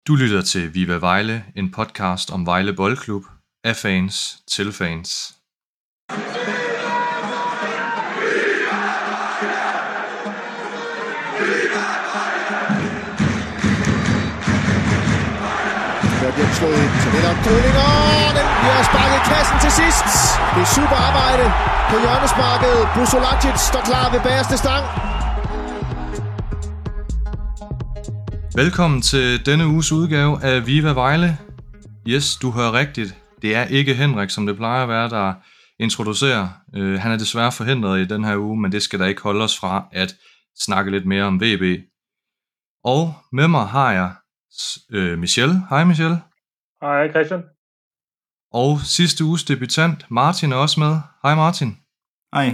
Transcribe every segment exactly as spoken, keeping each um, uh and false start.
Du lytter til Viva Vejle, en podcast om Vejle Boldklub, af fans til fans. Der bliver slået ind, så det er Krøninger, den bliver sparket i kassen til sidst. Det er super arbejde på hjørnesparket. Busolacic står klar ved bagerste stang. Velkommen til denne uges udgave af Viva Vejle. Yes, du hører rigtigt. Det er ikke Henrik, som det plejer at være, der introducerer. Uh, han er desværre forhindret i den her uge, men det skal da ikke holde os fra at snakke lidt mere om V B. Og med mig har jeg uh, Michel. Hej Michel. Hej Christian. Og sidste uges debutant, Martin, er også med. Hej Martin. Hej.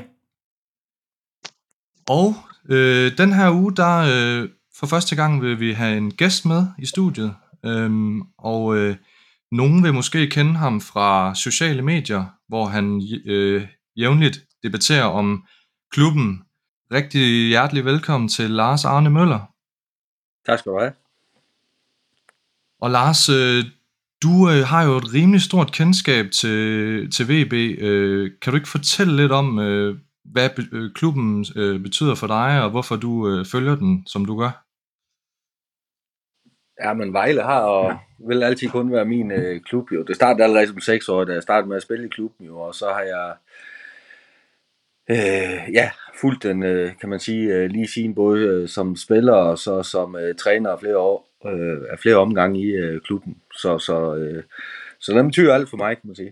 Og øh, den her uge, der øh, for første gang vil vi have en gæst med i studiet. Øhm, og øh, nogen vil måske kende ham fra sociale medier, hvor han øh, jævnligt debatterer om klubben. Rigtig hjertelig velkommen til Lars Arne Møller. Tak skal du have. Og Lars, øh, du øh, har jo et rimelig stort kendskab til, til V B. Øh, kan du ikke fortælle lidt om, øh, hvad be, øh, klubben øh, betyder for dig, og hvorfor du øh, følger den, som du gør? Ja, men Vejle har og vil altid kun være min øh, klub jo. Det startede allerede som seks år, da jeg startede med at spille i klubben jo, og så har jeg øh, ja, fulgt den, øh, kan man sige, øh, lige siden både øh, som spiller og så som øh, træner af flere år, øh, af flere omgange i øh, klubben. Så, så, øh, så den betyder alt for mig, kan man sige.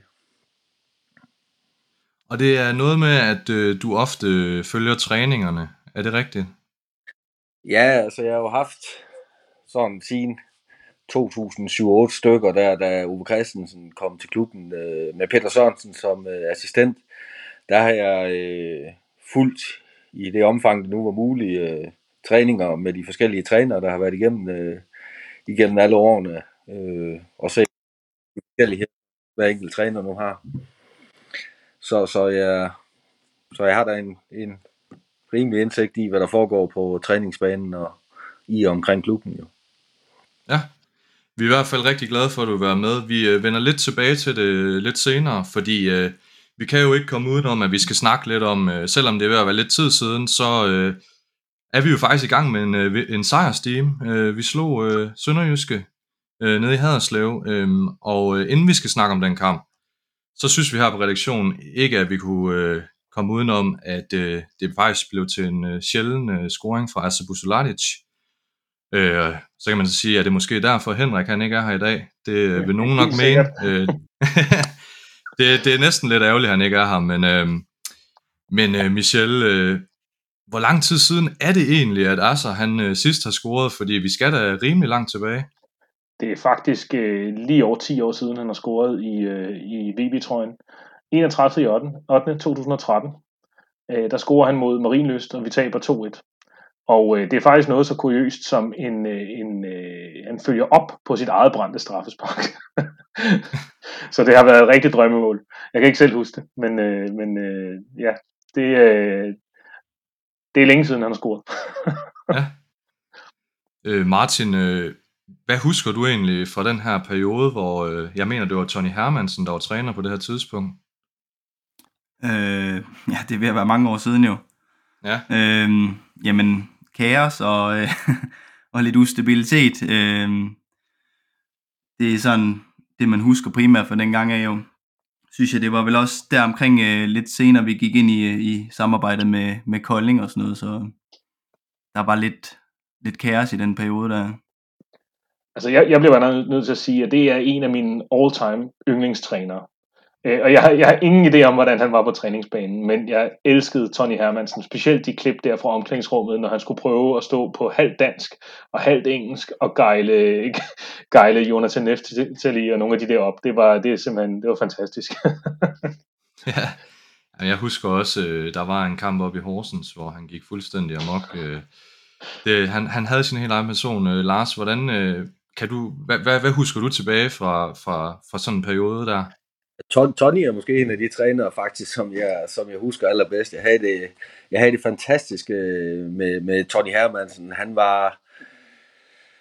Og det er noget med, at øh, du ofte følger træningerne. Er det rigtigt? Ja, altså jeg har jo haft sådan siden to tusind syv otte stykker, der da Ove Christensen kom til klubben øh, med Peter Sørensen som øh, assistent. Der har jeg øh, fulgt i det omfang, det nu var muligt, øh, træninger med de forskellige trænere, der har været igennem, øh, igennem alle årene. Øh, og se de forskellige, hver enkelt træner nu har. Så, så, jeg, så jeg har da en, en rimelig indsigt i, hvad der foregår på træningsbanen og i og omkring klubben jo. Ja, vi er i hvert fald rigtig glade for, at du vil være med. Vi øh, vender lidt tilbage til det lidt senere, fordi øh, vi kan jo ikke komme udenom, at vi skal snakke lidt om, øh, selvom det er ved at være lidt tid siden, så øh, er vi jo faktisk i gang med en, øh, en sejrsteam. Øh, vi slog øh, Sønderjyske øh, nede i Haderslev, øh, og øh, inden vi skal snakke om den kamp, så synes vi her på redaktionen ikke, at vi kunne øh, komme udenom, at øh, det faktisk blev til en øh, sjælden øh, scoring fra Asa Busolacic. Øh, så kan man så sige, at det er måske derfor Henrik han ikke er her i dag. Det vil nogen nok mene. Øh, det, det er næsten lidt ærgerligt, at han ikke er her. Men, øh, men øh, Michel, øh, hvor lang tid siden er det egentlig, at Asa han øh, sidst har scoret? Fordi vi skal da rimelig langt tilbage. Det er faktisk øh, lige over ti år siden, han har scoret i, øh, i V B-trøjen. enogtredivte i ottende to tusind og tretten. Øh, der scorer han mod Marienlyst, og vi taber to et. Og øh, det er faktisk noget så kuriøst som en, øh, en øh, han følger op på sit eget brændte straffespark. Så det har været et rigtigt drømmemål. Jeg kan ikke selv huske det, men, øh, men øh, ja, det, øh, det er længe siden, han har scoret. Ja. Øh, Martin, øh, hvad husker du egentlig fra den her periode, hvor øh, jeg mener, det var Tony Hermansen, der var træner på det her tidspunkt? Øh, ja, det er ved at være mange år siden jo. Ja. Øh, jamen, kaos og, øh, og lidt ustabilitet. Øh, det er sådan, det man husker primært fra den gang er jo, synes jeg, det var vel også der omkring øh, lidt senere, vi gik ind i, i samarbejdet med, med Kolding og sådan noget, så der var lidt, lidt kaos i den periode der. Altså, jeg, jeg bliver bare nødt til at sige, at det er en af mine all-time yndlingstrænere. Øh, og jeg har, jeg har ingen idé om, hvordan han var på træningsbanen, men jeg elskede Tony Hermansen, specielt de klip der fra omklædningsrummet, når han skulle prøve at stå på halvt dansk og halvt engelsk og gejle, gejle Jonathan Neftali og nogle af de der op. Det var, det er simpelthen, det var fantastisk. Ja, jeg husker også, der var en kamp oppe i Horsens, hvor han gik fuldstændig amok. Det, han, han havde sin helt egen person. Lars, hvordan kan du, hvad, hvad, hvad husker du tilbage fra, fra, fra sådan en periode der? Tony er måske en af de trænere faktisk, som jeg, som jeg husker allerbedst. Jeg havde det, jeg havde det fantastiske med, med Tony Hermansen. Han var,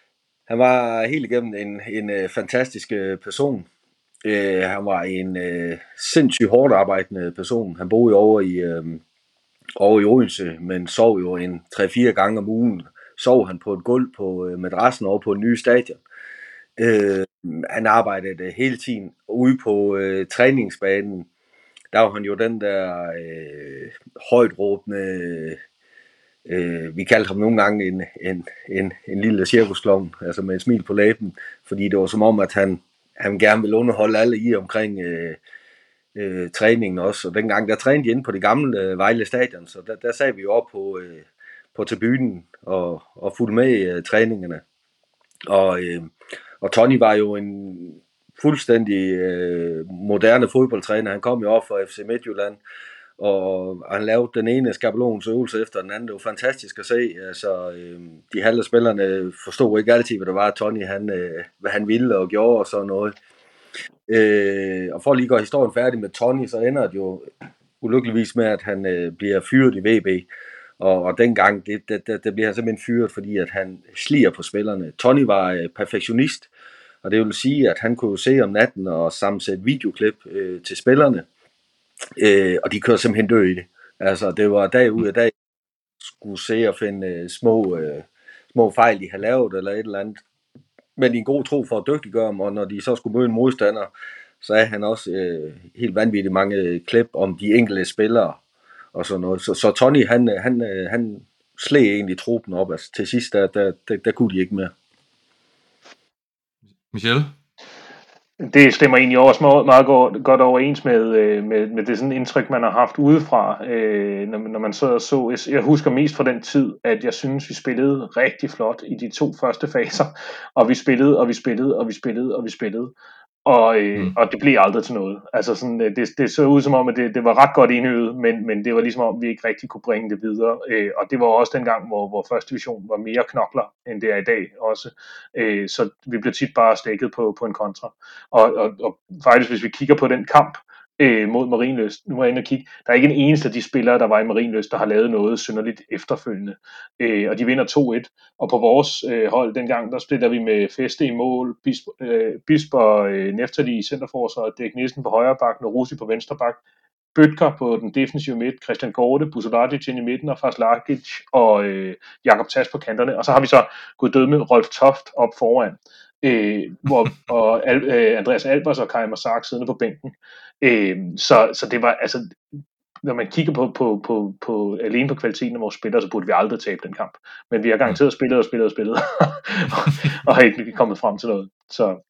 Han var helt igennem en, en øh, fantastisk øh, person. Øh, han var en øh, sindssygt hårdt arbejdende person. Han boede over i, øh, over i Odense, men sov jo en tre-fire gange om ugen. Sov han på et gulv på øh, madrassen over på en ny stadion. Øh, han arbejdede hele tiden ude på øh, træningsbanen. Der var han jo den der øh, højt råbende, øh, vi kaldte ham nogle gange en, en, en, en lille cirkusklovn, altså med et smil på læben, fordi det var som om, at han, han gerne ville underholde alle i omkring øh, øh, træningen også. Og dengang der trænede de inde på det gamle øh, Vejle Stadion, så der, der sad vi jo op på, øh, på tribunen og, og fulgte med i øh, træningerne. Og, øh, og Tony var jo en fuldstændig øh, moderne fodboldtræner. Han kom jo op fra F C Midtjylland, og han lavede den ene skabelonsøvelse efter den anden. Det var fantastisk at se. Altså, øh, de halve spillerne forstod ikke altid, hvad det var, Tony han, øh, hvad han ville og gjorde og sådan noget. Øh, og for at lige gøre historien færdig med Tony, så ender det jo ulykkeligvis med, at han øh, bliver fyret i V B. Og, og dengang, det, det, det, det bliver han simpelthen fyret, fordi at han sliger på spillerne. Tony var øh, perfektionist, og det vil sige, at han kunne se om natten og sammensætte videoklip øh, til spillerne, øh, og de kører simpelthen dø i det. Altså, det var dag ud af dag, skulle se og finde øh, små, øh, små fejl, de havde lavet, eller et eller andet. Men i en god tro for at dygtiggøre dem, og når de så skulle møde en modstander, så er han også øh, helt vanvittigt mange klip om de enkelte spillere, og sådan noget. Så, så Tony, han, han, han slæg egentlig truppen op. Altså, til sidst, der, der, der, der kunne de ikke mere. Michel? Det stemmer egentlig også meget godt overens med, med, med det sådan indtryk, man har haft udefra, øh, når, når man så så. Jeg husker mest fra den tid, at jeg synes, vi spillede rigtig flot i de to første faser, og vi spillede, og vi spillede, og vi spillede, og vi spillede. Og, øh, mm. og det blev aldrig til noget. Altså sådan, det, det så ud som om, at det, det var ret godt indøvet, men, men det var ligesom om, vi ikke rigtig kunne bringe det videre. Øh, og det var også dengang, hvor, hvor første division var mere knokler, end det er i dag også. Øh, så vi blev tit bare stikket på, på en kontra. Og, og, og faktisk, hvis vi kigger på den kamp øh, mod Marienlyst, nu må jeg ind og kigge, der er ikke en eneste af de spillere, der var i Marienlyst, der har lavet noget synderligt efterfølgende. Øh, og de vinder to et. Og på vores øh, hold dengang, der spiller vi med Feste i mål, Bisp, øh, Bisper, øh, Neftali i centerforsvaret, Dirk Nielsen på højre bak, Norusi på venstre bak, Bøtker på den defensive midt, Christian Gorte, Busolagic ind i midten, og Faslagic og øh, Jakob Tas på kanterne. Og så har vi så gået død med Rolf Toft op foran, øh, hvor, og Al, øh, Andreas Albers og Kai Masak siddende på bænken. Øh, så, så det var altså, når man kigger på, på, på, på alene på kvaliteten af vores spillere, så burde vi aldrig tabe den kamp. Men vi har garanteret spillet og spillet og spillet, og, og har ikke kommet frem til noget. Så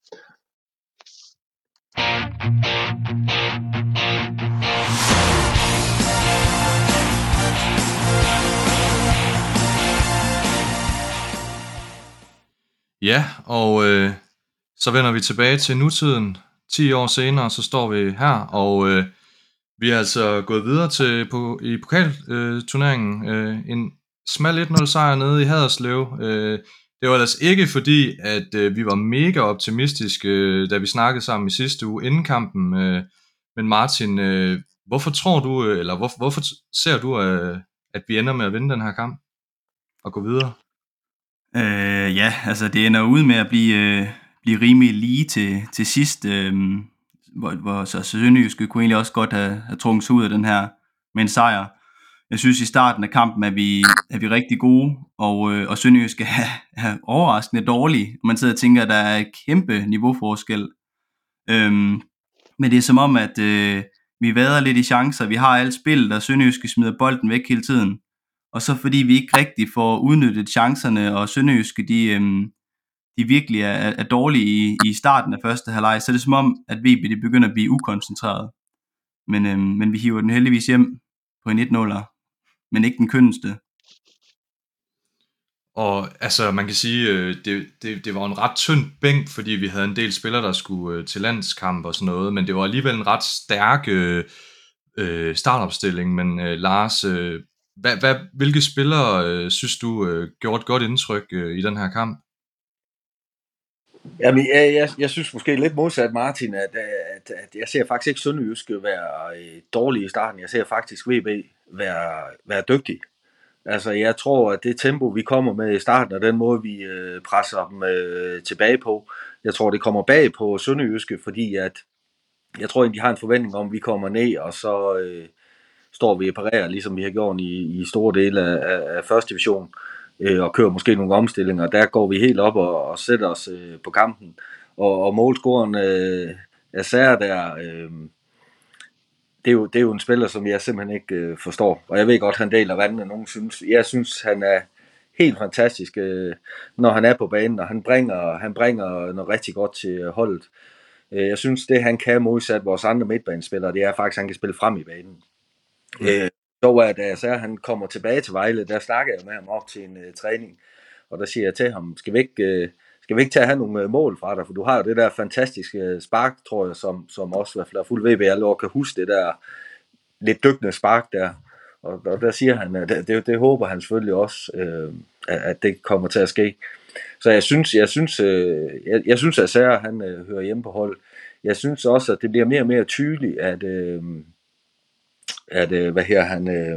ja, og øh, så vender vi tilbage til nutiden. ti år senere, så står vi her, og øh, vi er altså gået videre til på, i pokalturneringen. Øh, en smal et nul sejr nede i Haderslev. Øh, det var ellers ikke fordi, at øh, vi var mega optimistiske, øh, da vi snakkede sammen i sidste uge inden kampen. Øh, men Martin, øh, hvorfor tror du, øh, eller hvor, hvorfor ser du, øh, at vi ender med at vinde den her kamp og gå videre? Øh, ja, altså det ender ud med at blive, øh, blive rimelig lige til, til sidst, øh, hvor, hvor så Sønderjyske kunne egentlig også godt have, have trukket sig ud af den her med en sejr. Jeg synes i starten af kampen er vi, er vi rigtig gode, og, øh, og Sønderjyske er, er overraskende dårlige. Man sidder og tænker, at der er et kæmpe niveauforskel. Øh, men det er som om, at øh, vi vader lidt i chancer. Vi har alt spillet, og Sønderjyske smider bolden væk hele tiden. Og så fordi vi ikke rigtig får udnyttet chancerne, og Sønderjyske, de, øhm, de virkelig er, er dårlige i, i starten af første halvleg, så er det som om, at V B de begynder at blive ukoncentreret. Men, øhm, men vi hiver den heldigvis hjem på en et nul, men ikke den kønneste. Og altså, man kan sige, øh, det, det, det var en ret tynd bænk, fordi vi havde en del spillere, der skulle øh, til landskamp og sådan noget, men det var alligevel en ret stærk øh, startopstilling. Men øh, Lars, øh, Hvad, hvad, hvilke spillere øh, synes du øh, gjorde et godt indtryk øh, i den her kamp? Jamen, jeg, jeg, jeg synes måske lidt modsat Martin, at, at, at jeg ser faktisk ikke Sønderjyske være øh, dårlig i starten. Jeg ser faktisk V B være, være dygtig. Altså, jeg tror, at det tempo, vi kommer med i starten, og den måde, vi øh, presser dem øh, tilbage på, jeg tror, det kommer bag på Sønderjyske, fordi at jeg tror egentlig, de har en forventning om, at vi kommer ned, og så øh, står vi og parerer, ligesom vi har gjort i, i store dele af, af, af første division, øh, og kører måske nogle omstillinger. Der går vi helt op og, og sætter os øh, på kampen. Og, og målscoren øh, af Sager der, øh, det, er jo, det er jo en spiller, som jeg simpelthen ikke øh, forstår. Og jeg ved godt, han deler vandene, nogen synes. Jeg synes, han er helt fantastisk, øh, når han er på banen, og han bringer, han bringer noget rigtig godt til holdet. Jeg synes, det han kan modsat vores andre midtbanespillere, det er faktisk, at han kan spille frem i banen. Mm. Øh, så er det, så han kommer tilbage til Vejle, der snakker jeg med ham op til en uh, træning, og der siger jeg til ham, skal vi ikke, uh, skal vi ikke tage at have nogle uh, mål fra dig, for du har jo det der fantastiske spark, tror jeg, som, som også i hvert fald er fuld V B L og kan huske det der lidt dykkende spark der, og, og der siger han, at det, det, det håber han selvfølgelig også, uh, at det kommer til at ske. Så jeg synes, jeg synes, øh, jeg, jeg synes, at Sager, han øh, hører hjemme på hold. Jeg synes også, at det bliver mere og mere tydeligt, at, øh, at øh, hvad her han, øh,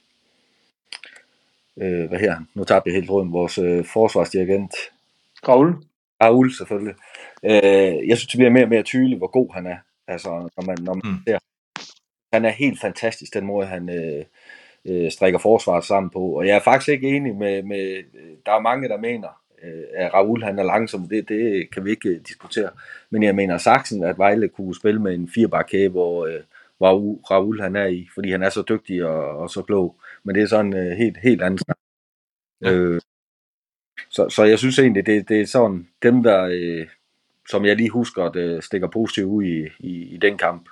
øh, hvad her han, nu tabte jeg helt rundt, vores øh, forsvarsdirigent. Raul. Raul, selvfølgelig. Øh, jeg synes, det bliver mere og mere tydeligt, hvor god han er. Altså, når man, når man mm. ser. Han er helt fantastisk, den måde, han øh, øh, strikker forsvaret sammen på. Og jeg er faktisk ikke enig med, med der er mange, der mener, at Raul han er langsom, det, det kan vi ikke diskutere. Men jeg mener Saxen, at Vejle kunne spille med en firebakkæde, hvor, øh, hvor Raul han er i, fordi han er så dygtig og, og så klog. Men det er sådan en uh, helt, helt anden snak. Ja. Øh, så, så jeg synes egentlig, det, det er sådan dem, der, øh, som jeg lige husker, det stikker positivt ud i, i, i den kamp.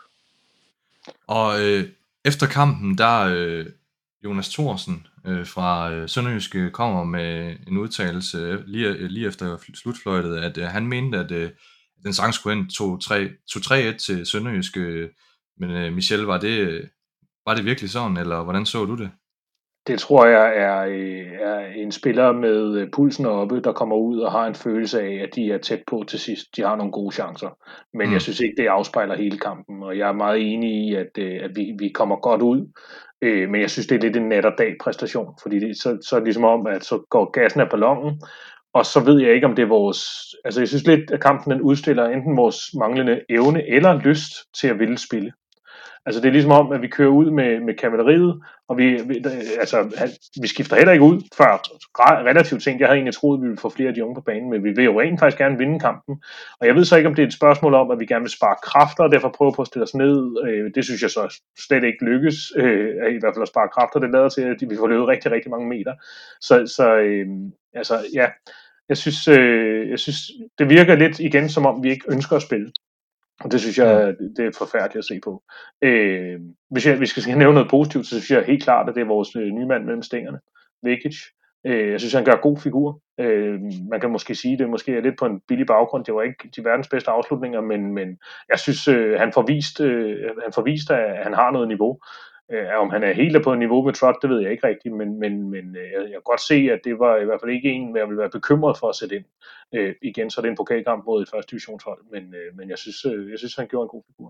Og øh, efter kampen, der øh, Jonas Thorsen øh, fra øh, Sønderjyske kommer med en udtalelse lige, lige efter slutfløjtet, at øh, han mente, at øh, den sang skulle ind to tre et til Sønderjyske. Men øh, Michel, var det, var det virkelig sådan, eller hvordan så du det? Det tror jeg er, er en spiller med pulsen oppe, der kommer ud og har en følelse af, at de er tæt på til sidst. De har nogle gode chancer. Men mm. jeg synes ikke, det afspejler hele kampen. Og jeg er meget enig i, at, at vi, vi kommer godt ud. Men jeg synes, det er lidt en nat og dag præstation. Fordi det, så, så er det ligesom om, at så går gassen af ballonen. Og så ved jeg ikke, om det er vores... Altså jeg synes lidt, at kampen den udstiller enten vores manglende evne eller lyst til at ville spille. Altså det er ligesom om, at vi kører ud med, med kavaleriet, og vi, vi, altså, vi skifter heller ikke ud før relativt sent. Jeg havde egentlig troet, at vi ville få flere af de unge på banen, men vi vil jo rent faktisk gerne vinde kampen. Og jeg ved så ikke, om det er et spørgsmål om, at vi gerne vil spare kræfter, og derfor prøve på at stille os ned. Det synes jeg så slet ikke lykkes, i hvert fald at spare kræfter. Det lader til, at vi får løbet rigtig, rigtig mange meter. Så, så altså, ja, jeg synes, jeg synes, det virker lidt igen, som om vi ikke ønsker at spille. Og det synes jeg, det er forfærdeligt at se på. Øh, hvis jeg, vi skal nævne noget positivt, så synes jeg helt klart, at det er vores øh, nye mand mellem stængerne, Vekic. Øh, jeg synes, han gør god figur. Øh, man kan måske sige, det måske er lidt på en billig baggrund. Det var ikke de verdens bedste afslutninger, men, men jeg synes, øh, han, får vist, øh, han får vist, at han har noget niveau. Øh, om han er helt på niveau med Trot, det ved jeg ikke rigtigt, men, men, men jeg, jeg kan godt se, at det var i hvert fald ikke en, jeg ville være bekymret for at sætte ind. Øh, igen, så er det en pokalkamp mod et første divisionshold, men, øh, men jeg, synes, øh, jeg synes, han gjorde en god figur.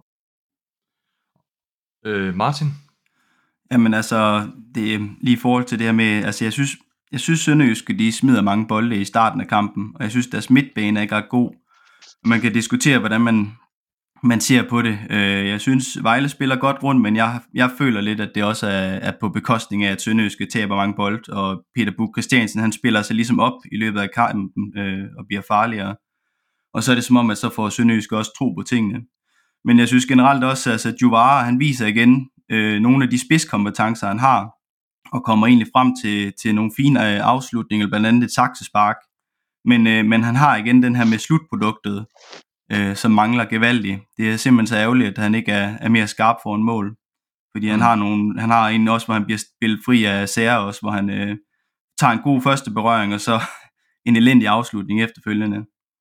Øh, Martin? Jamen altså, det er lige i forhold til det her med, altså jeg synes, jeg synes Sønderjyske, de smider mange bolde i starten af kampen, og jeg synes, deres midtbane er ikke ret god. Man kan diskutere, hvordan man man ser på det. Jeg synes, Vejle spiller godt rundt, men jeg, jeg føler lidt, at det også er, er på bekostning af, at Sønderjyske taber mange bold, og Peter Buch Christiansen, han spiller sig ligesom op i løbet af kampen øh, og bliver farligere. Og så er det som om, at så får Sønderjyske også tro på tingene. Men jeg synes generelt også, altså, at Juvara, han viser igen øh, nogle af de spidskompetencer, han har, og kommer egentlig frem til, til nogle fine afslutninger, blandt andet et saksespark. Men, øh, men han har igen den her med slutproduktet, Øh, som mangler gevaldigt. Det er simpelthen så ærgerligt, at han ikke er, er mere skarp for en mål. Fordi mm. han har nogle, han har en også, hvor han bliver spillet fri af Sager også, hvor han øh, tager en god første berøring, og så en elendig afslutning efterfølgende.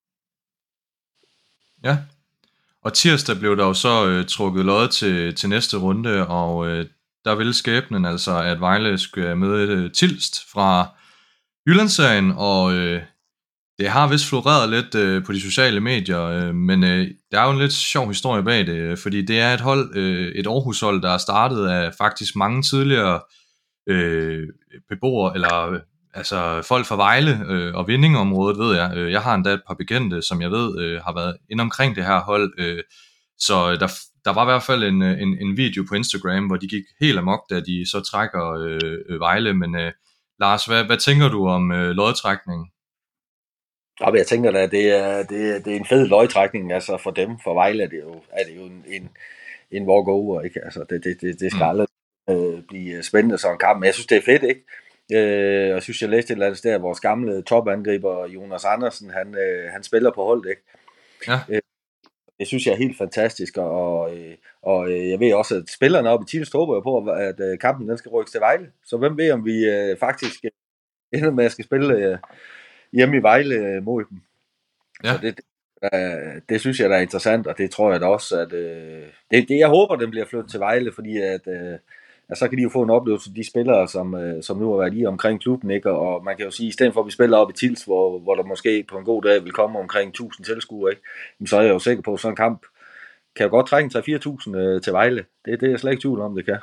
Ja, og tirsdag blev der jo så øh, trukket lod til, til næste runde, og øh, der ville skæbnen altså, at Vejle skulle møde øh, Tilst fra Jyllandsserien, og øh, det har vist floreret lidt øh, på de sociale medier, øh, men øh, der er jo en lidt sjov historie bag det, fordi det er et hold, øh, et Aarhus-hold, der er startet af faktisk mange tidligere øh, beboere, eller altså folk fra Vejle øh, og Vindingeområdet, ved jeg. Øh, jeg har endda et par bekendte, som jeg ved øh, har været inde omkring det her hold. Øh, så der, der var i hvert fald en, en, en video på Instagram, hvor de gik helt amok, da de så trækker øh, Vejle. Men øh, Lars, hvad, hvad tænker du om øh, lodtrækningen? Ja, jeg tænker da, det er, det, er, det er en fed lodtrækning, altså for dem, for Vejle er det jo, er det jo en, en, en walk-over, ikke? Altså det, det, det, det skal mm. aldrig øh, blive spændende som en kamp, men jeg synes, det er fedt, ikke? Øh, jeg synes, jeg læste et eller andet sted, at vores gamle topangriber, Jonas Andersen, han, øh, han spiller på holdet, ikke? Ja. Øh, det synes jeg er helt fantastisk, og, øh, og øh, jeg ved også, at spillerne oppe i Tilst håber på, at øh, kampen den skal rykkes til Vejle, så hvem ved, om vi øh, faktisk øh, ender med at skal spille øh, hjemme i Vejle mod dem. Ja. Så det, det, det synes jeg, der er interessant, og det tror jeg da også, at øh, det, det, jeg håber, den bliver flyttet til Vejle, fordi at, øh, at så kan de jo få en oplevelse, de spillere, som, øh, som nu har været i omkring klubben, ikke? Og man kan jo sige, i stedet for at vi spiller op i Tils, hvor, hvor der måske på en god dag vil komme omkring tusind tilskuere, ikke? Så er jeg jo sikker på, at sådan en kamp kan jo godt trække tre til fire tusind øh, til Vejle. Det, det er jeg slet ikke tvivl om, det kan.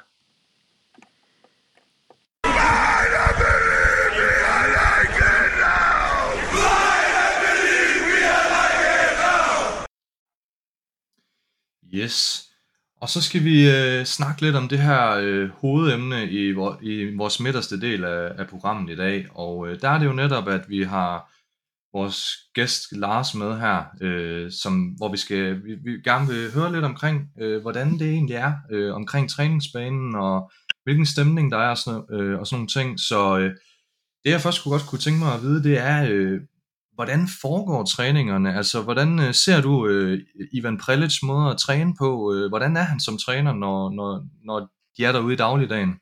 Yes. Og så skal vi øh, snakke lidt om det her øh, hovedemne i, vor, i vores midterste del af, af programmet i dag. Og øh, der er det jo netop, at vi har vores gæst Lars med her, øh, som, hvor vi skal vi, vi gerne vil høre lidt omkring, øh, hvordan det egentlig er øh, omkring træningsbanen, og hvilken stemning der er, og sådan, øh, og sådan nogle ting. Så øh, det jeg først kunne godt kunne tænke mig at vide, det er, øh, hvordan foregår træningerne? Altså, hvordan øh, ser du øh, Ivan Prelic måde at træne på? Øh, hvordan er han som træner, når, når, når de er derude i dagligdagen?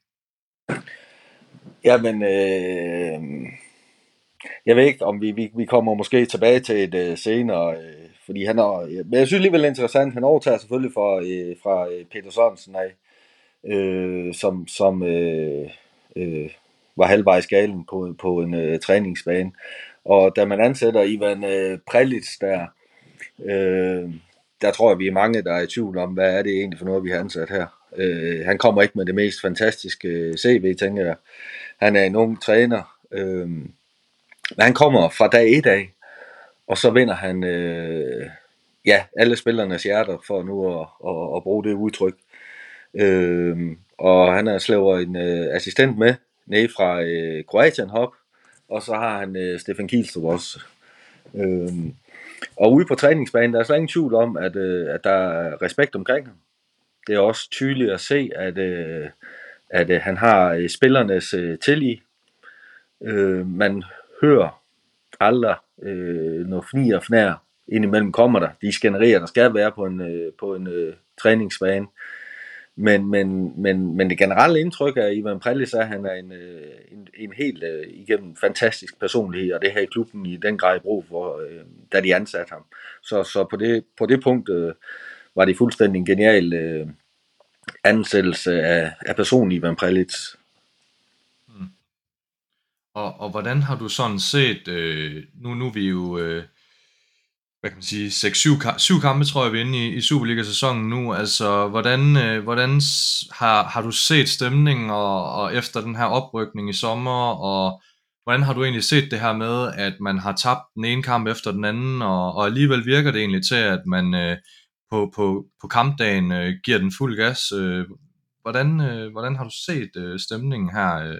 Jamen, øh, jeg ved ikke, om vi, vi, vi kommer måske tilbage til et øh, senere, øh, fordi han er, øh, men jeg synes alligevel interessant, han overtager selvfølgelig fra, øh, fra øh, Peter Sørensen af, øh, som, som øh, øh, var halvvejs galen på, på en øh, træningsbane. Og da man ansætter Ivan øh, Prelic der, øh, der tror jeg, vi er mange, der er i tvivl om, hvad er det egentlig for noget, vi har ansat her. Øh, han kommer ikke med det mest fantastiske øh, C V, tænker jeg. Han er en ung træner, øh, men han kommer fra dag et af, og så vinder han øh, ja, alle spillernes hjerter, for nu at, at, at bruge det udtryk. Øh, og han har slæver en øh, assistent med, nede fra øh, Kroatien hop, og så har han øh, Stefan Kielstrup også. Øhm, og ude på træningsbanen, der er slet ingen tvivl om, at, øh, at der er respekt omkring ham. Det er også tydeligt at se, at, øh, at øh, han har øh, spillernes øh, tillid. Øh, man hører aldrig øh, noget fnir og fnær. Indimellem kommer der. De skænderier, der skal være på en, øh, på en øh, træningsbane. Men, men, men, men det generelle indtryk af Ivan Prelic er, at han er en, en, en helt uh, igennem fantastisk personlighed, og det her i klubben i den grad brug for, uh, da de ansatte ham. Så, så på, det, på det punkt uh, var det fuldstændig en genial uh, ansættelse af, af personen Ivan Prelic. Hmm. Og, og hvordan har du sådan set, øh, nu, nu er vi jo... Øh hvad kan man sige, seks syv kampe, tror jeg, vi er inde i, i Superliga-sæsonen nu. Altså, hvordan, øh, hvordan har, har du set stemningen og, og efter den her oprykning i sommer, og hvordan har du egentlig set det her med, at man har tabt den ene kamp efter den anden, og, og alligevel virker det egentlig til, at man øh, på, på, på kampdagen øh, giver den fuld gas. Øh, hvordan, øh, hvordan har du set øh, stemningen her, øh,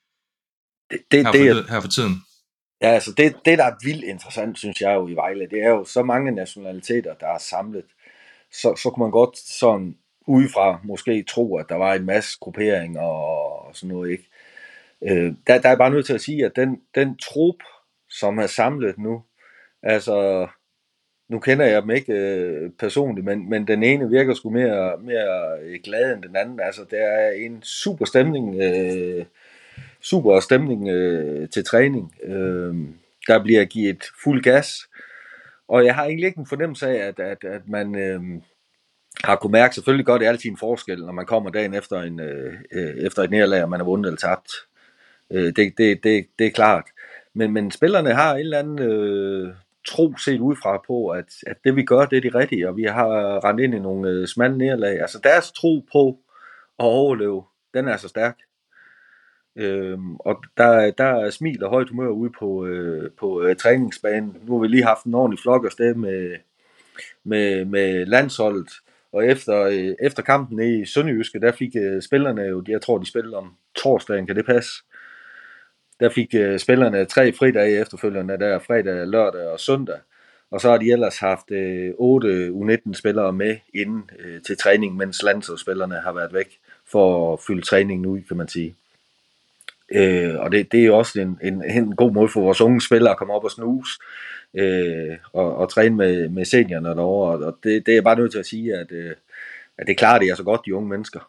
det, det, her, for, det, her for tiden? Ja, altså det, det, der er vildt interessant, synes jeg jo i Vejle, det er jo så mange nationaliteter, der er samlet. Så, så kunne man godt sådan udefra måske tro, at der var en masse grupperinger og sådan noget, ikke? Øh, der, der er bare nødt til at sige, at den, den trup, som er samlet nu, altså, nu kender jeg dem ikke øh, personligt, men, men den ene virker sgu mere, mere glad end den anden. Altså, der er en super stemning, øh, super stemning øh, til træning. Øh, der bliver givet fuld gas, og jeg har egentlig ikke en fornemmelse af, at, at, at man øh, har kunnet mærke, selvfølgelig godt, det er altid en forskel, når man kommer dagen efter, en, øh, efter et nederlag, og man har vundet eller tabt. Øh, det, det, det, det er klart. Men, men spillerne har en eller anden øh, tro set udefra på, at, at det vi gør, det er det rigtige, og vi har rendt ind i nogle øh, smalle nederlag. Altså deres tro på at overleve, den er så stærk. Øhm, og der, der er smil og højt humør ude på, øh, på øh, træningsbanen. Nu har vi lige haft en ordentlig flok afsted med, med, med landsholdet, og efter, øh, efter kampen i Sønderjyske, der fik øh, spillerne jo, jeg tror de spillede om torsdagen, kan det passe? Der fik øh, spillerne tre fridage efterfølgende, der fredag, lørdag og søndag. Og så har de ellers haft øh, otte U nitten spillere med inden øh, til træning, mens landsholdsspillerne har været væk for at fylde træningen ud, kan man sige. Øh, og det, det er jo også en, en, en god måde for vores unge spillere at komme op og snuse øh, og, og træne med, med seniorerne derovre. Og det, det er jeg bare nødt til at sige, at, øh, at det klarer de altså godt, de unge mennesker.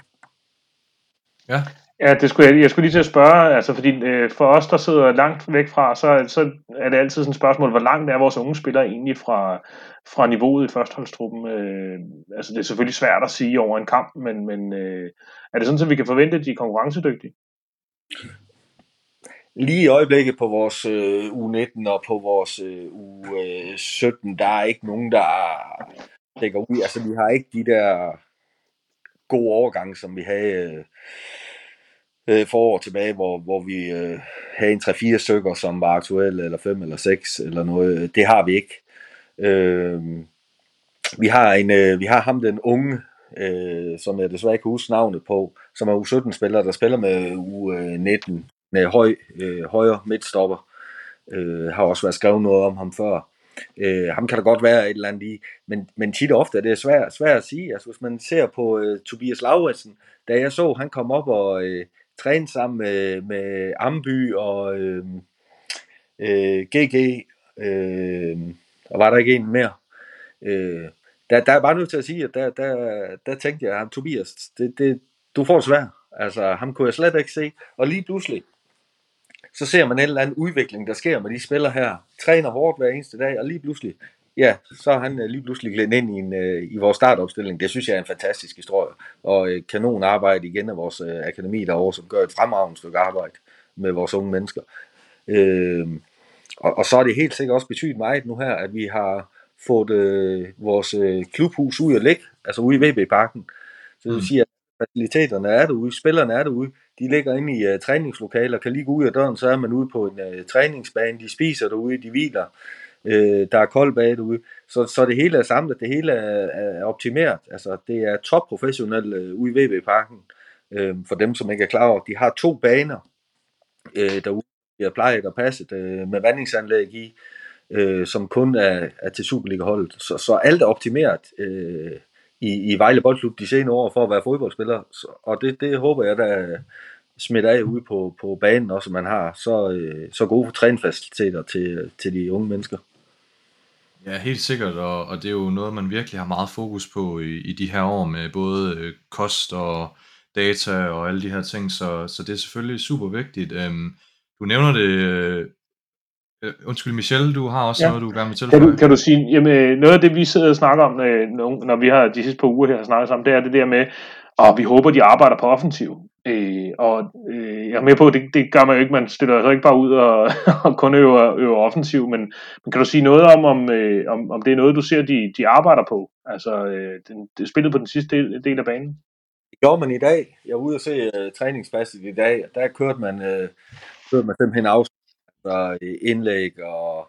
Ja. Ja, det skulle jeg, jeg skulle lige til at spørge, altså fordi øh, for os, der sidder langt væk fra, så, så er det altid sådan et spørgsmål, hvor langt er vores unge spillere egentlig fra, fra niveauet i førsteholdstruppen? Øh, altså det er selvfølgelig svært at sige over en kamp, men, men øh, er det sådan, at vi kan forvente, at de er konkurrencedygtige? Lige i øjeblikket på vores øh, U nitten og på vores øh, U sytten, der er ikke nogen, der dækker ud. Altså vi har ikke de der gode overgange, som vi havde øh, for år tilbage, hvor, hvor vi øh, havde en tre fire stykker, som var aktuelle, eller fem eller seks eller noget. Det har vi ikke. Øh, vi har en, øh, vi har ham den unge, øh, som jeg desværre ikke kan huske navnet på, som er U sytten spiller, der spiller med U nitten. Med høj, øh, højre midtstopper. Øh, har også været skrevet noget om ham før. Øh, ham kan der godt være et eller andet i, men, men tit og ofte er det svært, svært at sige. Altså hvis man ser på øh, Tobias Lauritsen, da jeg så, han kom op og øh, trænede sammen med, med Amby og øh, øh, G G, øh, og var der ikke en mere. Øh, der, der er bare nødt til at sige, at der, der, der tænkte jeg, at Tobias, det, det, du får det svært. Altså ham kunne jeg slet ikke se, og lige pludselig, så ser man en eller anden udvikling, der sker med de spillere her. Træner hårdt hver eneste dag, og lige pludselig, ja, så er han lige pludselig glædt ind i, en, i vores startopstilling. Det synes jeg er en fantastisk historie, og kanon arbejde igen af vores akademi derovre, som gør et fremragende stykke arbejde med vores unge mennesker. Øh, og, og så er det helt sikkert også betydet meget nu her, at vi har fået øh, vores øh, klubhus ud at ligge, altså ude i V B-parken. Så det vil sige, at faciliteterne er derude, spillerne er derude, de ligger inde i uh, træningslokaler, kan lige gå ud af døren, så er man ude på en uh, træningsbane, de spiser derude, de hviler, uh, der er koldt bag derude, så, så det hele er samlet, det hele er, er optimeret, altså det er topprofessionelt uh, ude i V B-parken, uh, for dem som ikke er klar over, de har to baner uh, derude, de har plejet og passet uh, med vandingsanlæg i, uh, som kun er, er til Superliga-holdet, så, så alt er optimeret, uh, i, i Vejle Boldklub de senere år for at være fodboldspiller, og det, det håber jeg, der smitter af ude på, på banen også, at man har så, så gode træningsfaciliteter til, til de unge mennesker. Ja, helt sikkert, og, og det er jo noget, man virkelig har meget fokus på i, i de her år med både øh, kost og data og alle de her ting, så, så det er selvfølgelig super vigtigt. Øhm, du nævner det... Øh, Undskyld Michel, du har også ja. noget, du gerne vil tilføje. Kan du, kan du sige, jamen, noget af det, vi sidder og snakker om, når, når vi har de sidste par uger her snakket sammen, det er det der med, at vi håber, de arbejder på offensiv. Øh, og øh, jeg er med på, at det, det gør man jo ikke, man stiller sig ikke bare ud og, og kun øver, øver offensiv, men, men kan du sige noget om, om, øh, om, om det er noget, du ser, de, de arbejder på? Altså, øh, den, det spillet på den sidste del, del af banen? Det gjorde man i dag. Jeg var ude og se uh, træningspasset i dag, der kørte man, uh, kørte man simpelthen af indlæg og,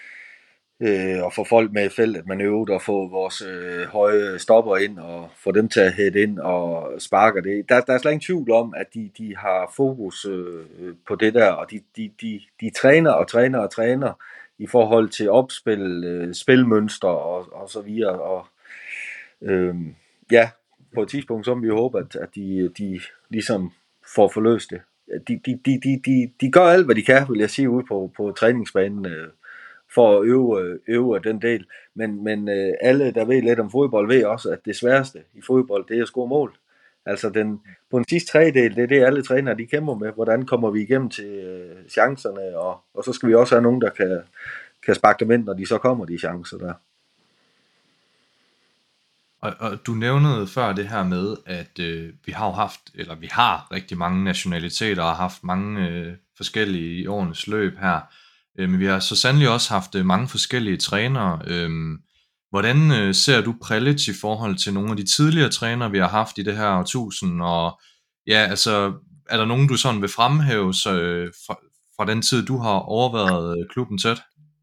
øh, og få folk med i feltet, man øvede og få vores øh, høje stopper ind og få dem til at hætte ind og sparke det. Der, der er slet ingen tvivl om, at de, de har fokus øh, på det der, og de, de, de, de træner og træner og træner i forhold til opspil, øh, spilmønster og, og så videre. Og, øh, ja, på et tidspunkt, som vi håber, at, at de, de ligesom får forløst det. De, de, de, de, de, de gør alt, hvad de kan, vil jeg sige, ude på, på træningsbanen øh, for at øve, øve den del. Men, men øh, alle, der ved lidt om fodbold, ved også, at det sværeste i fodbold, det er at score mål. Altså den, på den sidste tredjedel, det er det, alle trænere de kæmper med. Hvordan kommer vi igennem til øh, chancerne, og, og så skal vi også have nogen, der kan, kan sparke dem ind, når de så kommer, de chancer der. Og, og du nævnede før det her med, at øh, vi har jo haft, eller vi har rigtig mange nationaliteter og haft mange øh, forskellige i årenes løb her. Øh, men vi har så sandelig også haft øh, mange forskellige trænere. Øh, hvordan øh, ser du Prelic i forhold til nogle af de tidligere trænere, vi har haft i det her årtusind? Og ja, altså, er der nogen, du sådan vil fremhæve så, øh, fra, fra den tid, du har overværet klubben tæt?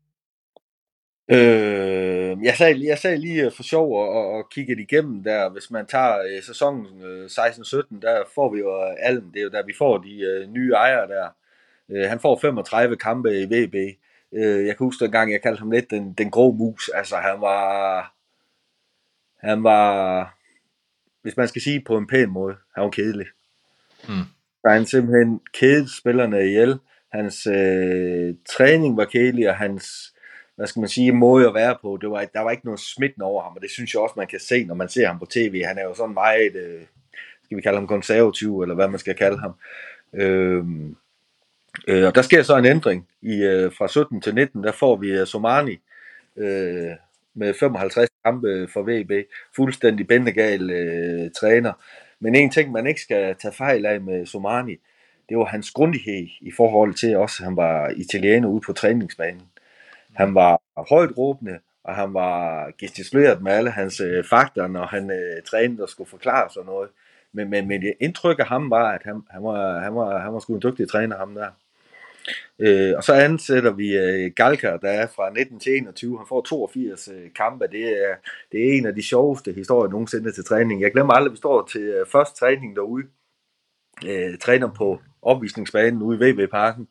Øh, jeg, sad, jeg sad lige for sjov og, og, og kiggede igennem der. Hvis man tager øh, sæsonen øh, seksten sytten, der får vi jo Alm. Det er jo der, vi får de øh, nye ejere der. Øh, han får femogtredive kampe i V B. Øh, jeg kan huske dengang, jeg kaldte ham lidt den, den grå mus. Altså, han var... Han var... Hvis man skal sige på en pæn måde, han var kedelig. Mm. Så han simpelthen kædede spillerne ihjel. Hans øh, træning var kedelig, og hans, hvad skal man sige, måde at være på, det var, der var ikke noget smitten over ham, og det synes jeg også, man kan se, når man ser ham på tv. Han er jo sådan meget, øh, skal vi kalde ham konservativ, eller hvad man skal kalde ham. Øh, øh, og der sker så en ændring i, øh, fra sytten til nitten, der får vi uh, Somani øh, med femoghalvtreds kampe for V B, fuldstændig bændegal øh, træner. Men en ting, man ikke skal tage fejl af med Somani, det var hans grundighed i forhold til også, at han var italiener ude på træningsbanen. Han var højt råbende, og han var gestikuleret med alle hans øh, fakter, når han øh, trænede og skulle forklare sådan noget. Men, men, men det indtryk af ham var, at han, han, var, han, var, han var sgu en dygtig træner, ham der. Øh, og så ansætter vi øh, Galka, der er fra nitten til enogtyve. Han får toogfirs øh, kampe. Det er, det er en af de sjoveste historier nogensinde til træning. Jeg glemmer aldrig, at vi står til øh, første træning derude. Øh, træner på opvisningsbanen ude i V B-parken.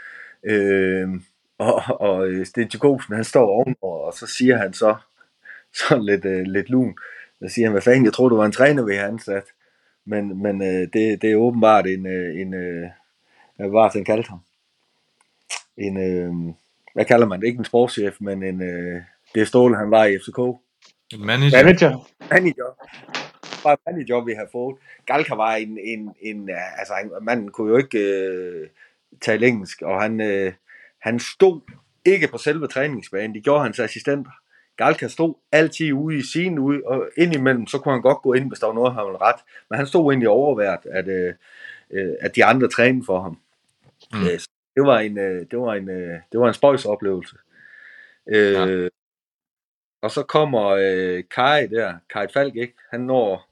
Øh, og og Sten Tjekowsen, han står ovenover, og så siger han så sådan lidt, øh, lidt lun. Så siger han, hvad fanden, jeg tror, du var en træner, vi har ansat. Men, men øh, det, det er åbenbart en, øh, en øh, hvad var det, han kaldte ham? En, øh, hvad kalder man det? Ikke en sportschef, men en, øh, det er Ståle, han var i F C K. En manager. Manager. Manager. Bare manager, vi har fået. Galka var en, en, en altså, manden kunne jo ikke øh, tale engelsk, og han, øh, han stod ikke på selve træningsbanen, de gjorde hans assistenter. Galka stod altid ude i sin ude, og indimellem, så kunne han godt gå ind, hvis der var noget, han ville ret. Men han stod egentlig overvært, at, øh, at de andre trænede for ham. Mm. Øh, Det var en, det var en, det var en spøjs oplevelse. Ja. Øh, og så kommer øh, Kai der, Kai Falk, ikke? Han når,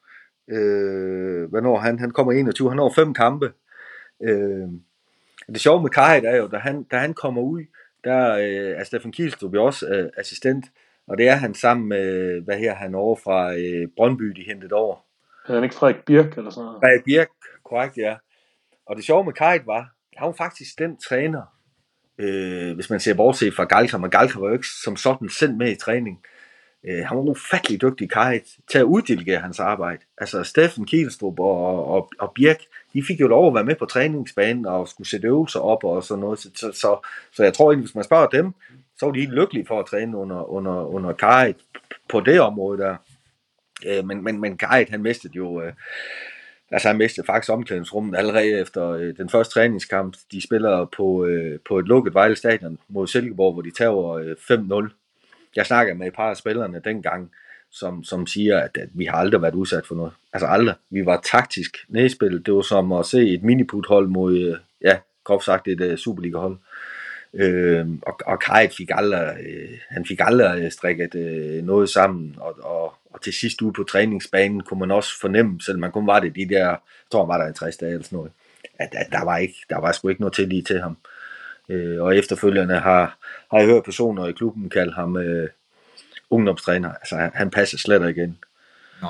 øh, hvad når han? Han kommer enogtyve, han når fem kampe. Øh, det sjove med Kai, der er jo, da han, da han kommer ud, der øh, er Steffen Kielstrup jo også øh, assistent, og det er han sammen med, hvad her han over fra øh, Brøndby, de hentet over. Er han ikke Frederik Birk eller sådan noget? Frederik Birk, korrekt, ja. Og det sjove med Kai var, han var faktisk den træner, øh, hvis man ser bortset fra Galka, men Galka var jo ikke som sådan sendt med i træning. Øh, han var ufattelig dygtig Kai til at uddelegere hans arbejde. Altså Steffen Kielstrup og, og, og Birk, de fik jo lov at være med på træningsbanen og skulle sætte øvelser op og sådan noget. Så, så, så, så jeg tror egentlig, hvis man spørger dem, så var de helt lykkelige for at træne under, under, under Kai på det område der. Øh, men, men, men Kai, han mistede jo... Øh, Altså han mistede faktisk omklædningsrummet allerede efter øh, den første træningskamp. De spiller på, øh, på et lukket Vejle Stadion mod Silkeborg, hvor de tager øh, fem nul. Jeg snakker med et par af spillerne dengang, som, som siger, at, at vi har aldrig været udsat for noget. Altså aldrig. Vi var taktisk nedspillet. Det var som at se et miniput-hold mod, øh, ja, groft sagt et uh, Superliga-hold. Øh, og, og Kai fik aldrig, øh, han fik aldrig strikket øh, noget sammen, og, og, og til sidst ude på træningsbanen kunne man også fornemme, selvom man kun var det de der, jeg tror var der en tres dage eller sådan noget, at, at der var ikke, der var sgu ikke noget tillid til ham. Øh, og efterfølgende har, har jeg hørt personer i klubben kalde ham øh, ungdomstræner. Altså han, han passer slet ikke igen. Nå.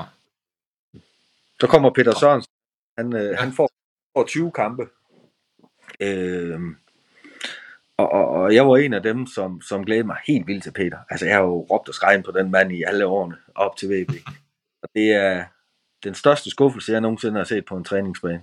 Så kommer Peter Sørensen, han, øh, ja. han får, får tyve kampe. Øh, Og, og, og jeg var en af dem, som, som glædede mig helt vildt til Peter. Altså, jeg har jo råbt og skreget på den mand i alle årene op til V B. Og det er den største skuffelse, jeg nogensinde har set på en træningsbane.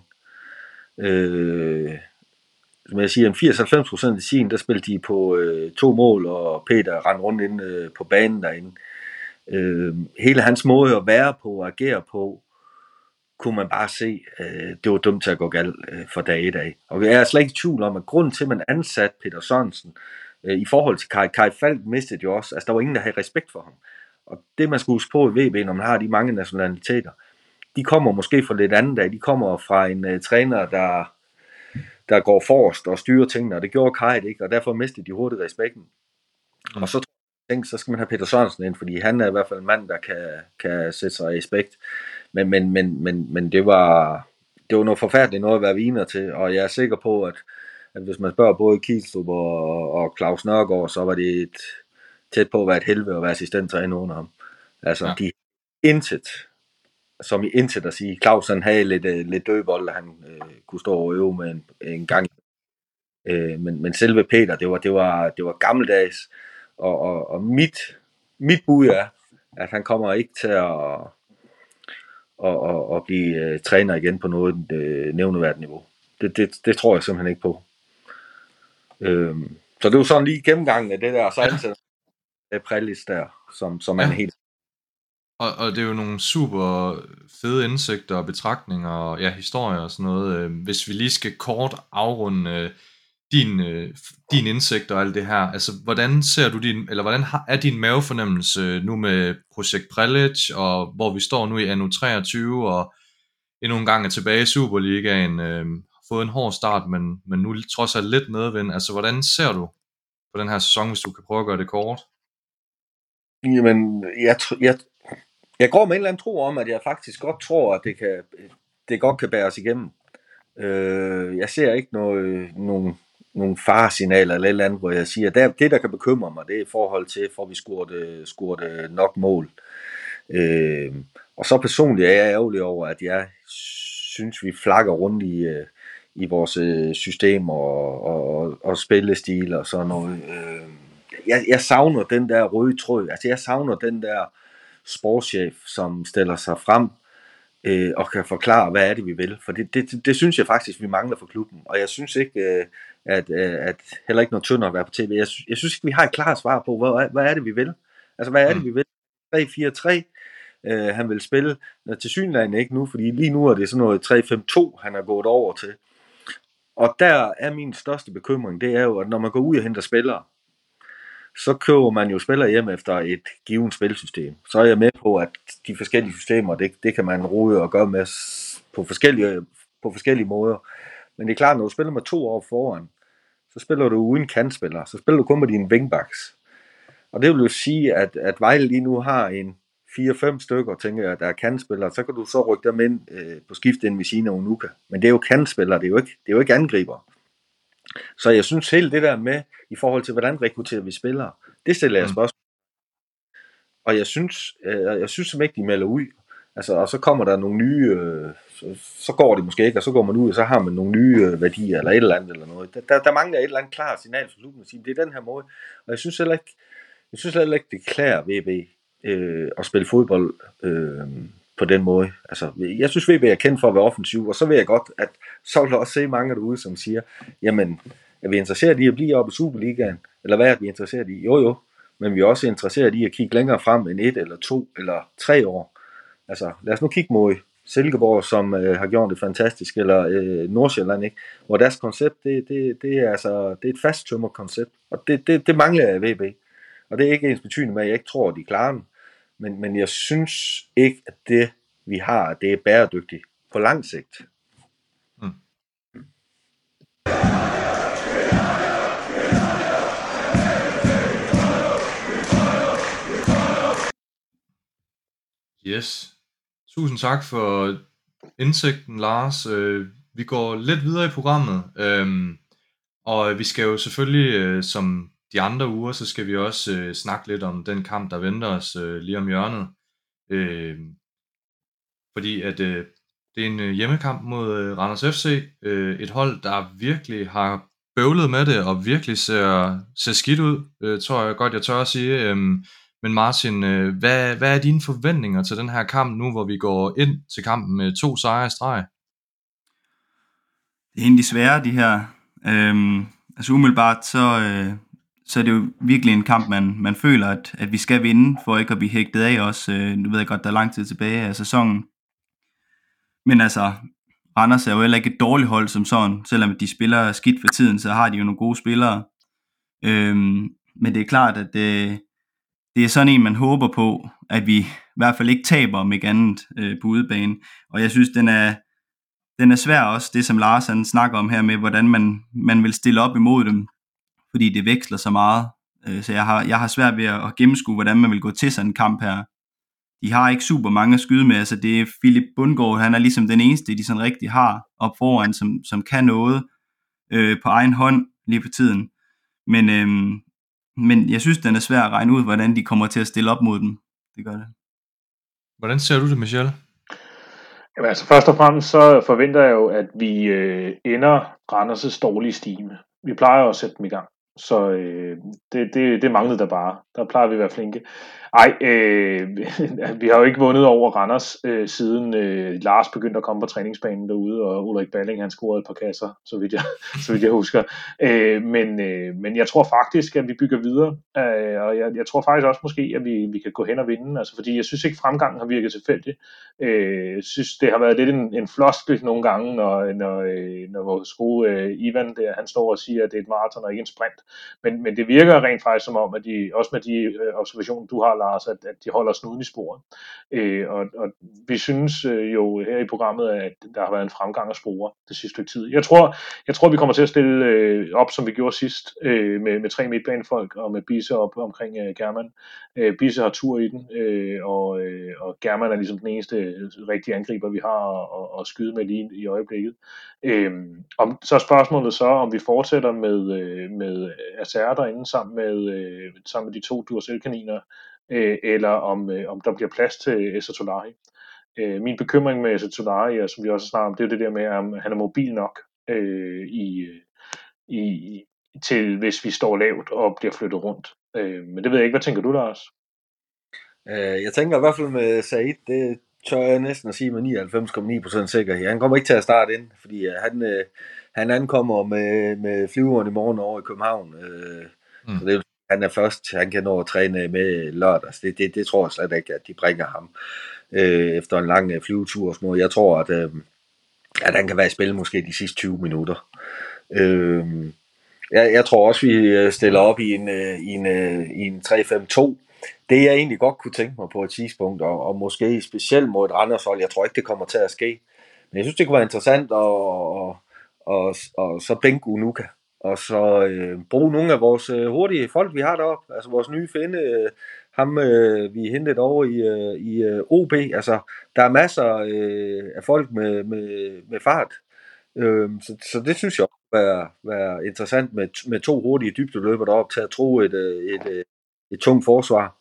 Øh, som jeg siger, en firs til halvfems procent af tiden, der spillede de på øh, to mål, og Peter rendte rundt inde øh, på banen derinde. Øh, hele hans måde at være på og agere på, kunne man bare se, øh, det var dumt til at gå galt øh, for dag i dag. Og jeg er slet ikke i tvivl om, at grunden til, at man ansatte Peter Sørensen, øh, i forhold til Kai, Kai Falk mistede jo også, altså der var ingen, der havde respekt for ham. Og det man skulle huske på i V B, når man har de mange nationaliteter, de kommer måske fra lidt andet af, de kommer fra en øh, træner, der, der går forrest og styrer tingene, og det gjorde Kai det ikke, og derfor mistede de hurtigt respekten. Mm. Og så tænkte, så skal man have Peter Sørensen ind, fordi han er i hvert fald en mand, der kan, kan sætte sig i respekt. Men, men, men, men, men det var det var noget forfærdeligt noget at være viner til, og jeg er sikker på, at, at hvis man spørger både Kielstrup og, og Claus Nørgaard, så var det et, tæt på at være et helvede at være assistenttræner under ham. Altså, ja. De intet, som i intet at sige. Claus han havde lidt, lidt dødbold, han øh, kunne stå og øve med en, en gang. Øh, men, men selve Peter, det var, det var, det var gammeldags, og, og, og mit, mit bud er, at han kommer ikke til at, at, at, at blive uh, træner igen på noget uh, nævneværdigt niveau. Det, det, det tror jeg simpelthen ikke på. Øh, så det var sådan lige gennemgangen af det der, og så ansætter det Prelis der, som, som ja. er en helt... Og, og det er jo nogle super fede indsigter og betragtninger og ja, historier og sådan noget. Hvis vi lige skal kort afrunde din, din indsigt og alt det her, altså hvordan ser du din, eller hvordan er din mavefornemmelse nu med Projekt Prelic, og hvor vi står nu i anno treogtyve, og endnu en gang er tilbage i Superligaen, øh, har fået en hård start, men, men nu trods alt lidt medvind. Altså hvordan ser du på den her sæson, hvis du kan prøve at gøre det kort? Jamen, jeg, jeg, jeg går med en eller anden tro om, at jeg faktisk godt tror, at det, kan, det godt kan bæres igennem. Øh, jeg ser ikke noget, nogen, nogen faresignaler eller et eller andet, hvor jeg siger, at det, der kan bekymre mig, det er i forhold til, for vi scorede, scorede nok mål. Øh, og så personligt er jeg ærgerlig over, at jeg synes, vi flakker rundt i, i vores system og, og, og spillestil og sådan noget. Øh, jeg, jeg savner den der røde tråd, altså jeg savner den der sportschef, som stiller sig frem øh, og kan forklare, hvad er det, vi vil. For det, det, det synes jeg faktisk, vi mangler for klubben. Og jeg synes ikke, øh, at, øh, at heller ikke noget tyndere at være på tv. Jeg, jeg synes ikke, vi har et klart svar på, hvad, hvad er det, vi vil. Altså, hvad er det, vi vil? tre fire tre øh, han vil spille. Til synligheden ikke nu, fordi lige nu er det sådan noget tre fem to, han er gået over til. Og der er min største bekymring, det er jo, at når man går ud og henter spillere, så køber man jo spillere hjem efter et givet spilsystem. Så er jeg med på, at de forskellige systemer, det, det kan man rode og gøre med på forskellige, på forskellige måder. Men det er klart, når du spiller med to år foran, så spiller du uden kantspillere, så spiller du kun med dine wingbacks. Og det vil jo sige, at, at Vejle lige nu har en fire fem stykker, tænker jeg, der er kantspillere, så kan du så rykke dem ind øh, på skift ind ved Sina og Unuka. Men det er jo kantspillere, det er jo ikke, det er jo ikke angriber. Så jeg synes helt det der med, i forhold til, hvordan rekrutterer vi spillere, det stiller jeg spørgsmål. Og jeg synes, øh, jeg synes simpelthen ikke, de melder ud. Altså, og så kommer der nogle nye, øh, så, så går det måske ikke, og så går man ud, og så har man nogle nye øh, værdier, eller et eller andet, eller noget. Der, der, der mangler et eller andet klart signal for klubben at sige, det er den her måde. Og jeg synes heller ikke, jeg synes heller ikke, det klæder V B øh, at spille fodbold øh, på den måde. Altså, jeg synes, V B er kendt for at være offensiv, og så ved jeg godt, at så vil jeg også se mange derude, som siger, jamen, er vi interesseret i at blive oppe i Superligaen? Eller hvad er vi interesseret i? Jo, jo. Men vi er også interesseret i at kigge længere frem end et eller to eller tre år. Altså, lad os nu kigge mod Silkeborg, som øh, har gjort det fantastisk, eller øh, Nordsjælland, ikke? Hvor deres koncept, det, det, det, er, altså, det er et fasttømret koncept. Og det, det, det mangler jeg i V B. Og det er ikke ens betydende med, at jeg ikke tror, at de klarer den. Men, men jeg synes ikke, at det, vi har, det er bæredygtigt på lang sigt. Hmm. Yes. Tusind tak for indsigten, Lars. Vi går lidt videre i programmet, og vi skal jo selvfølgelig, som de andre uger, så skal vi også snakke lidt om den kamp, der venter os lige om hjørnet. Fordi at det er en hjemmekamp mod Randers F C, et hold, der virkelig har bøvlet med det, og virkelig ser, ser skidt ud, tror jeg godt, jeg tør at sige. Men Martin, hvad, hvad er dine forventninger til den her kamp nu, hvor vi går ind til kampen med to sejre i streg? Det er egentlig svære, de her. Øhm, altså umiddelbart, så, øh, så er det jo virkelig en kamp, man, man føler, at, at vi skal vinde, for ikke at blive hægtet af os. Øh, nu ved jeg godt, der er lang tid tilbage af sæsonen. Men altså, Randers er jo heller ikke et dårligt hold som sådan. Selvom de spiller skidt for tiden, så har de jo nogle gode spillere. Øhm, men det er klart, at det, det er sådan en, man håber på, at vi i hvert fald ikke taber om ikke andet øh, på udebane. Og jeg synes, den er, den er svær også, det som Lars han snakker om her med, hvordan man, man vil stille op imod dem, fordi det veksler så meget. Øh, så jeg har, jeg har svært ved at gennemskue, hvordan man vil gå til sådan en kamp her. de har ikke super mange at skyde med. Altså det er Philip Bundgaard, han er ligesom den eneste, de sådan rigtig har op foran, som, som kan noget øh, på egen hånd lige på tiden. Men, øh, men jeg synes, den er svær at regne ud, hvordan de kommer til at stille op mod dem. Det gør det. Hvordan ser du det, Michel? Jamen, altså først og fremmest så forventer jeg jo, at vi øh, ender Randers' dårlige stime. Vi plejer jo at sætte dem i gang. Så øh, det, det, det manglede der bare. Der plejer vi at være flinke. Ej, øh, vi har jo ikke vundet over Randers øh, siden øh, Lars begyndte at komme på træningsbanen derude, og Ulrik Balling han scorede et par kasser, så vidt jeg, så vidt jeg husker. Øh, men, øh, men jeg tror faktisk, at vi bygger videre, øh, og jeg, jeg tror faktisk også måske, at vi, vi kan gå hen og vinde, altså fordi jeg synes ikke, fremgangen har virket tilfældigt. Øh, jeg synes, det har været lidt en, en floskel nogle gange, når, når, når vores gode øh, Ivan der, han står og siger, at det er et maraton og ikke en sprint. Men, men det virker rent faktisk som om, at de, også med de øh, observationer, du har, Lars, at, at de holder snuden i sporet. Øh, og, og vi synes øh, jo her i programmet, at der har været en fremgang af spore det sidste stykke tid. Jeg tror, jeg tror vi kommer til at stille øh, op, som vi gjorde sidst, øh, med, med tre midtbanefolk og med Bisse op omkring øh, German. Øh, Bisse har tur i den, øh, og, øh, og German er ligesom den eneste rigtige angriber, vi har at, at skyde med lige i øjeblikket. Øh, om, så er spørgsmålet så, om vi fortsætter med, øh, med Acer derinde sammen med, øh, sammen med de to Duracell-kaniner, øh, eller om, øh, om der bliver plads til Essa Tolahi. Øh, min bekymring med Essa Tolahi, og som vi også snakker om, det er det der med, at han er mobil nok øh, i, i, til, hvis vi står lavt og bliver flyttet rundt. Øh, men det ved jeg ikke. Hvad tænker du, Lars? Øh, jeg tænker i hvert fald med Said, det tør jeg næsten at sige med nioghalvfems komma ni procent sikkerhed. Han kommer ikke til at starte ind, fordi han, øh, han ankommer med, med flyveren i morgen over i København. Øh, mm. Så det er, han er først, han kan nå at træne med lørdags. Det, det, det tror jeg slet ikke, at de bringer ham øh, efter en lang øh, flyvetur og sådan noget. Jeg tror, at, øh, at han kan være i spil måske de sidste tyve minutter. Øh, jeg, jeg tror også, vi stiller op i en, øh, i en, øh, i en tre fem to. Det jeg egentlig godt kunne tænke mig på et tidspunkt, og, og måske specielt mod et Randershold, jeg tror ikke, det kommer til at ske. Men jeg synes, det kunne være interessant at og, og, og så bænke Unuka, og så øh, bruge nogle af vores øh, hurtige folk, vi har deroppe. Altså vores nye finde, øh, ham øh, vi hentet over i, øh, i øh, O B. Altså, der er masser øh, af folk med, med, med fart. Øh, så, så det synes jeg også være, være interessant med, med to hurtige dybdeløber deroppe til at tro et, et, et, et tungt forsvar.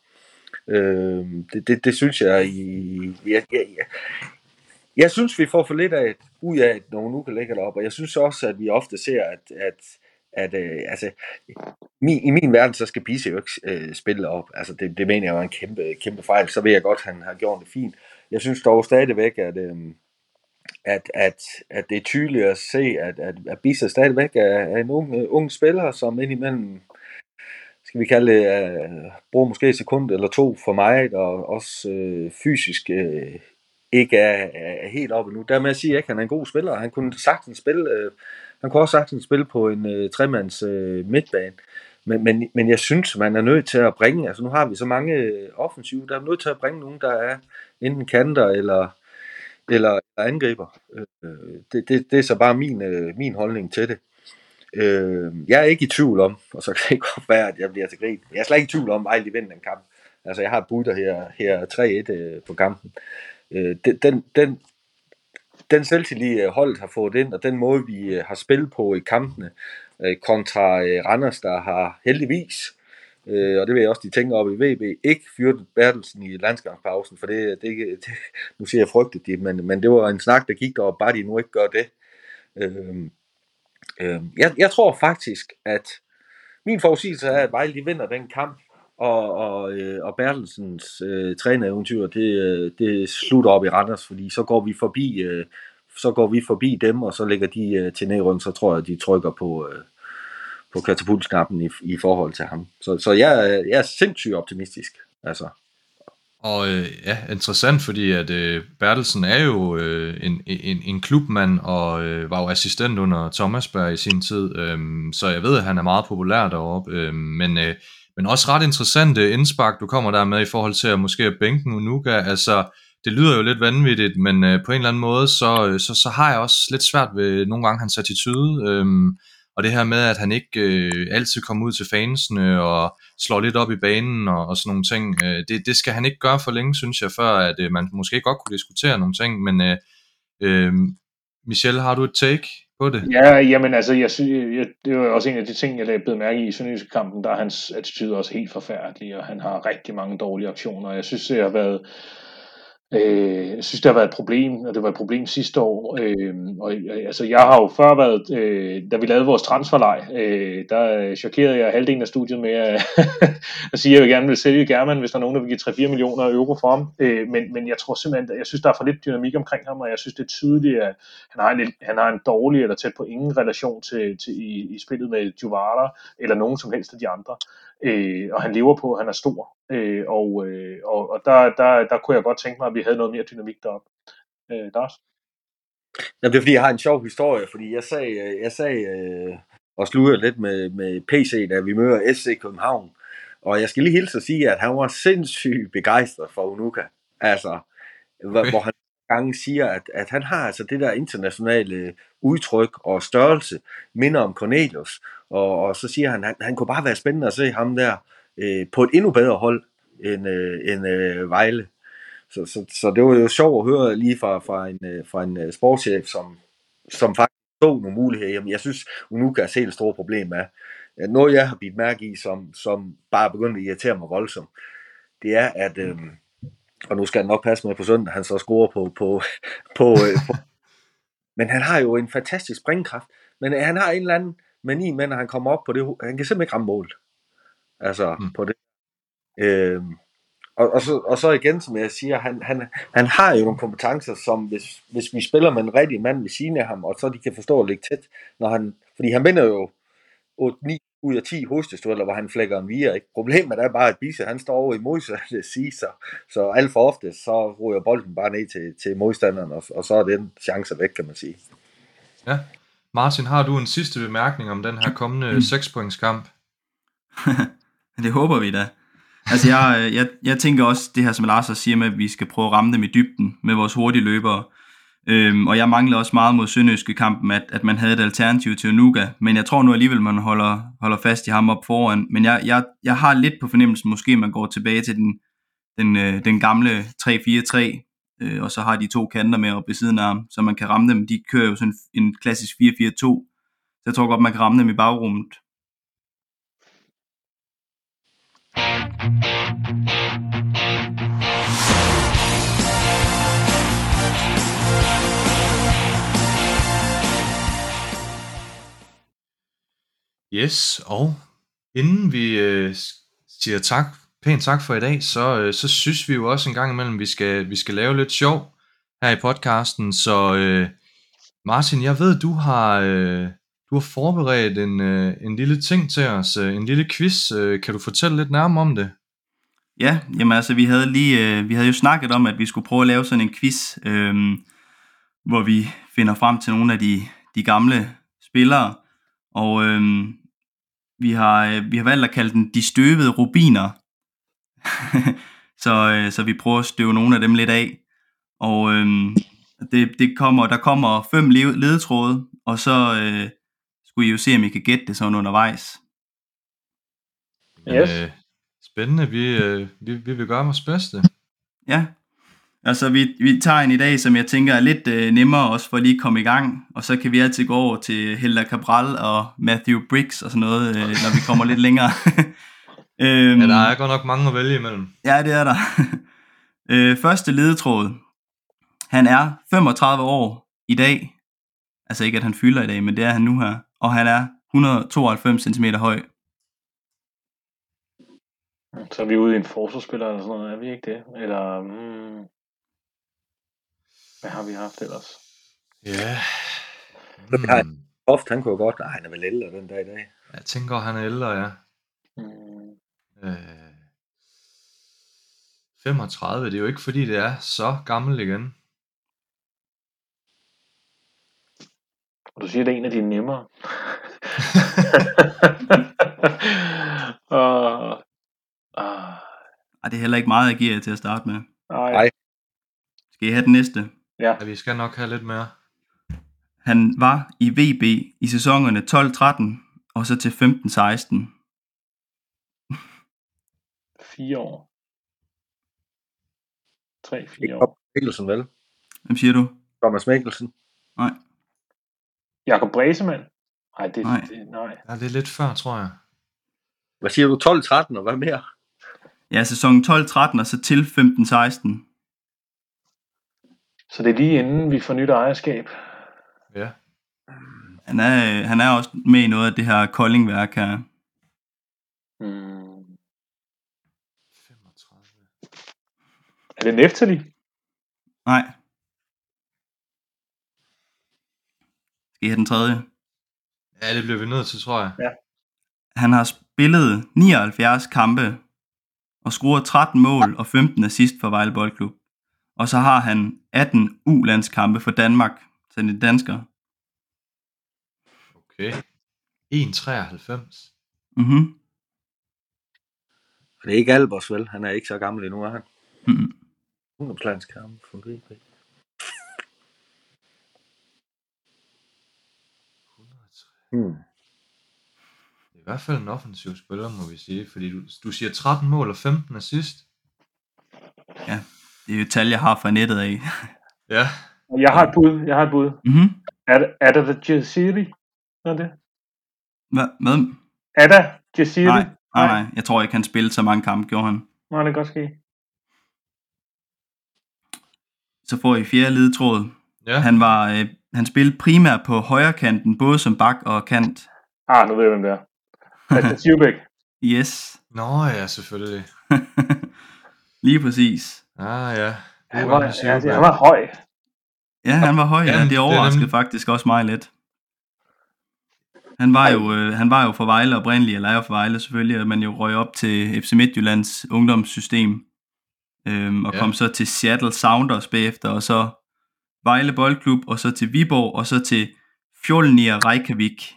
Øh, det, det, det synes jeg i, jeg, jeg, jeg, jeg synes vi får for lidt af et, ud af når nu kan lægge derop, og jeg synes også at vi ofte ser at, at, at øh, altså, min, i min verden så skal Bisse jo ikke øh, spille op, altså det, det mener jeg var en kæmpe, kæmpe fejl. Så ved jeg godt at han har gjort det fint. Jeg synes dog stadigvæk at, øh, at, at, at det er tydeligt at se at, at, at Bisse stadigvæk er, er en ung, uh, ung spiller, som indimellem skal vi kalde det, uh, bruger måske et sekund eller to for mig, og også uh, fysisk uh, ikke er, er helt oppe nu. Dermed at sige, at han er en god spiller. Han kunne sagtens spille, uh, han kunne også sagtens spille på en uh, tremands uh, midtbane. Men, men, men jeg synes, man er nødt til at bringe, altså nu har vi så mange offensive, der er nødt til at bringe nogen, der er enten kanter eller, eller angriber. Uh, det, det, det er så bare min, uh, min holdning til det. Øh, jeg er ikke i tvivl om, og så kan det godt være, at jeg bliver til grin. Jeg er slet ikke i tvivl om, at de vinder den kamp. Altså, jeg har et bud der her, her tre et øh, på kampen. Øh, den, den, den selvtillid holdet har fået ind, og den måde, vi øh, har spillet på i kampene, øh, kontra øh, Randers, der har heldigvis, øh, og det vil jeg også, de tænker op i V B, ikke fyret Bertelsen i landskabspausen, for det, det, det nu siger jeg frygteligt, men, men det var en snak, der gik deroppe, bare de nu ikke gør det. Øh, Jeg, jeg tror faktisk, at min forudsigelse er, at Vejle de vinder den kamp, og, og, og Bertelsens øh, trænereventyr, det, det slutter op i Randers, fordi så går vi forbi, øh, så går vi forbi dem, og så lægger de øh, til nedrund, så tror jeg, at de trykker på, øh, på katapultknappen i, i forhold til ham. Så, så jeg, jeg er sindssygt optimistisk, altså. Og øh, ja, interessant, fordi at øh, Bertelsen er jo øh, en, en, en klubmand, og øh, var jo assistent under Thomasberg i sin tid, øh, så jeg ved, at han er meget populær deroppe, øh, men, øh, men også ret interessant indspark, du kommer der med i forhold til at måske bænke Unuka. Altså, det lyder jo lidt vanvittigt, men øh, på en eller anden måde, så, så, så har jeg også lidt svært ved nogle gange hans attitude, øh, og det her med, at han ikke øh, altid kommer ud til fansene og slår lidt op i banen og, og sådan nogle ting, øh, det, det skal han ikke gøre for længe, synes jeg, før at øh, man måske godt kunne diskutere nogle ting, men øh, øh, Michel, har du et take på det? Ja, jamen altså, jeg synes, jeg, det var også en af de ting, jeg blev mærke i i Sønderjyske-kampen, der er hans attitude også helt forfærdelig, og han har rigtig mange dårlige aktioner. Jeg synes, det har været, øh, jeg synes, det har været et problem, og det var et problem sidste år. Øh, og altså, jeg har jo før været, øh, da vi lavede vores transferleg, øh, der chokerede jeg halvdelen af studiet med at, at sige, at jeg gerne vil sælge German, hvis der er nogen, der vil give tre til fire millioner euro for ham. Øh, men, men jeg tror simpelthen, jeg synes, der er for lidt dynamik omkring ham, og jeg synes, det er tydeligt, at han har en, lidt, han har en dårlig eller tæt på ingen relation til, til i, i spillet med Juvara, eller nogen som helst af de andre. Øh, og han lever på, at han er stor. Øh, og, øh, og, og der, der, der kunne jeg godt tænke mig, at vi havde noget mere dynamik deroppe. Øh, Lars? Jamen, det er fordi, jeg har en sjov historie, fordi jeg sagde, jeg sagde øh, og sludrede lidt med, med P C, da vi møder S C København. Og jeg skal lige hilse at sige, at han var sindssygt begejstret for Unuka. Altså, okay. Hvor han gange siger, at, at han har altså det der internationale udtryk og størrelse, minder om Cornelius. Og, og så siger han, at han, han kunne bare være spændende at se ham der øh, på et endnu bedre hold end, øh, end øh, Vejle. Så, så, så det var jo sjovt at høre lige fra, fra en, fra en sportschef, som, som faktisk så nogle muligheder. Jamen, jeg synes, Unukas helt store problem er, at noget jeg har bidt mærke i, som, som bare begyndte at irritere mig voldsomt, det er, at, øhm, og nu skal han nok passe med på søndag, han så scorer på, på, på, øh, på men han har jo en fantastisk springkraft, men han har en eller anden mani med, når han kommer op på det, han kan simpelthen ikke ramme mål. Altså, mm. på det. Øhm, Og, og, så, og så igen, som jeg siger, han, han, han har jo nogle kompetencer, som hvis, hvis vi spiller med en rigtig mand ved siden af ham, og så de kan forstå at ligge tæt, når han, fordi han vinder jo otte ni ud af ti hovedstødstueller, hvor han flækker en via, ikke? Problemet er bare, at Bisse, han står over i modsatte side, så, så alt for ofte, så ryger bolden bare ned til, til modstanderen, og, og så er den chance væk, kan man sige. Ja. Martin, har du en sidste bemærkning om den her kommende mm. seks-pointskamp? Det håber vi da. Altså jeg, jeg, jeg tænker også det her, som Lars også siger med, at vi skal prøve at ramme dem i dybden med vores hurtige løbere. Øhm, og jeg mangler også meget mod Sønderjyske kampen, at, at man havde et alternativ til Unuka. Men jeg tror nu alligevel, man holder, holder fast i ham op foran. Men jeg, jeg, jeg har lidt på fornemmelsen, måske man går tilbage til den, den, øh, den gamle tre fire tre, øh, og så har de to kanter med op ved siden af ham, så man kan ramme dem. De kører jo sådan en klassisk fire fire to, så jeg tror godt, man kan ramme dem i bagrummet. Yes, og inden vi øh, siger tak, pænt tak for i dag, så, øh, så synes vi jo også en gang imellem, vi skal, vi skal lave lidt sjov her i podcasten. Så øh, Martin, jeg ved, du har, øh, du har forberedt en, øh, en lille ting til os, øh, en lille quiz. Øh, kan du fortælle lidt nærmere om det? Ja, jamen altså vi havde lige øh, vi havde jo snakket om, at vi skulle prøve at lave sådan en quiz, øh, hvor vi finder frem til nogle af de, de gamle spillere, og øh, vi har øh, vi har valgt at kalde den de støvede rubiner. så øh, så vi prøver at støve nogle af dem lidt af, og øh, det det kommer der kommer fem ledetråde, og så øh, skulle I jo se, om I kan gætte det sådan undervejs. Yes. Øh, spændende, vi, øh, vi, vi vil gøre vores bedste. Ja, altså vi, vi tager en i dag, som jeg tænker er lidt øh, nemmere også for lige at komme i gang, og så kan vi altid gå over til Helder Cabral og Matthew Briggs og sådan noget, øh, når vi kommer lidt længere. øhm, ja, der er godt nok mange at vælge imellem. Ja, det er der. øh, første ledetråd. Han er femogtredive år i dag, altså ikke at han fylder i dag, men det er han nu her, og han er et hundrede og tooghalvfems centimeter høj. Så er vi ude i en forsvarsspiller eller sådan noget, er vi ikke det? Eller, hmm, hvad har vi haft ellers? Ja. Mm. Ofte, han kunne godt, nej, han er vel ældre den dag i dag. Jeg tænker, han er ældre, ja. Hmm. Øh, femogtredive, det er jo ikke fordi, det er så gammel igen. Og du siger, det er en af de nemmere. og... Ah. Ej, det er heller ikke meget, jeg giver jer til at starte med. Nej. Skal I have den næste? Ja. Ja, vi skal nok have lidt mere. Han var i V B i sæsonerne tolv tretten og så til femten seksten. Fire år. Tre, fire Ikke år. Thomas Mikkelsen, vel? Hvem siger du? Thomas Mikkelsen. Nej. Jakob Bresemann? Nej, det, Nej. det nej. Ja, det er lidt før, tror jeg. Hvad siger du? tolv tretten og hvad mere? Ja, sæsonen tolv tretten og så til femten seksten. Så det er lige inden vi får nyt ejerskab. Ja. Han er, han er også med i noget af det her Kolding-værk her. Hmm. femogtredive. Er det Neftali? Nej. Skal I have den tredje? Ja, det bliver vi nødt til, tror jeg. Ja. Han har spillet nioghalvfjerds kampe og scoret tretten mål og femten assist for Vejle Boldklub. Og så har han atten U-landskampe for Danmark, så det er dansker. Okay. en komma treoghalvfems. Mhm. Det er ikke Albers, vel? Han er ikke så gammel endnu, er han? Mhm. Ungdomslandskamp for G B. hundrede og tre. Hmm. Det er i hvert fald en offensiv spiller, må vi sige. Fordi du, du siger tretten mål og femten assist. Ja, det er jo et tal, jeg har fra nettet af. Ja. Jeg har et bud. Jeg har et bud. Mhm. Er det, er det The Jaziri? Hvad er det? Hvad? Hvad? Ada Jaziri? Nej, nej, nej. Jeg tror ikke, han spillede så mange kampe, gjorde han. Nej, det kan godt ske. Så får I fjerde ledtråd. Ja. Han var, øh, han spillede primært på højre kanten, både som bak og kant. Ah, nu ved jeg, hvem det er. Christian Sivbæk. Yes. Nå ja, selvfølgelig. Lige præcis. Ah ja. Han var, ja, det, han var høj. Ja, han var høj, Ja, ja, det det er overraskede nemlig- faktisk også mig lidt. Han var jo, øh, han var jo for Vejle oprindeligt, eller er jo for Vejle selvfølgelig, men jo røg op til F C Midtjyllands ungdomssystem, øhm, og Ja. ja. kom så til Seattle Sounders bagefter, og så Vejle Boldklub, og så til Viborg, og så til Fjolnir Reykjavik.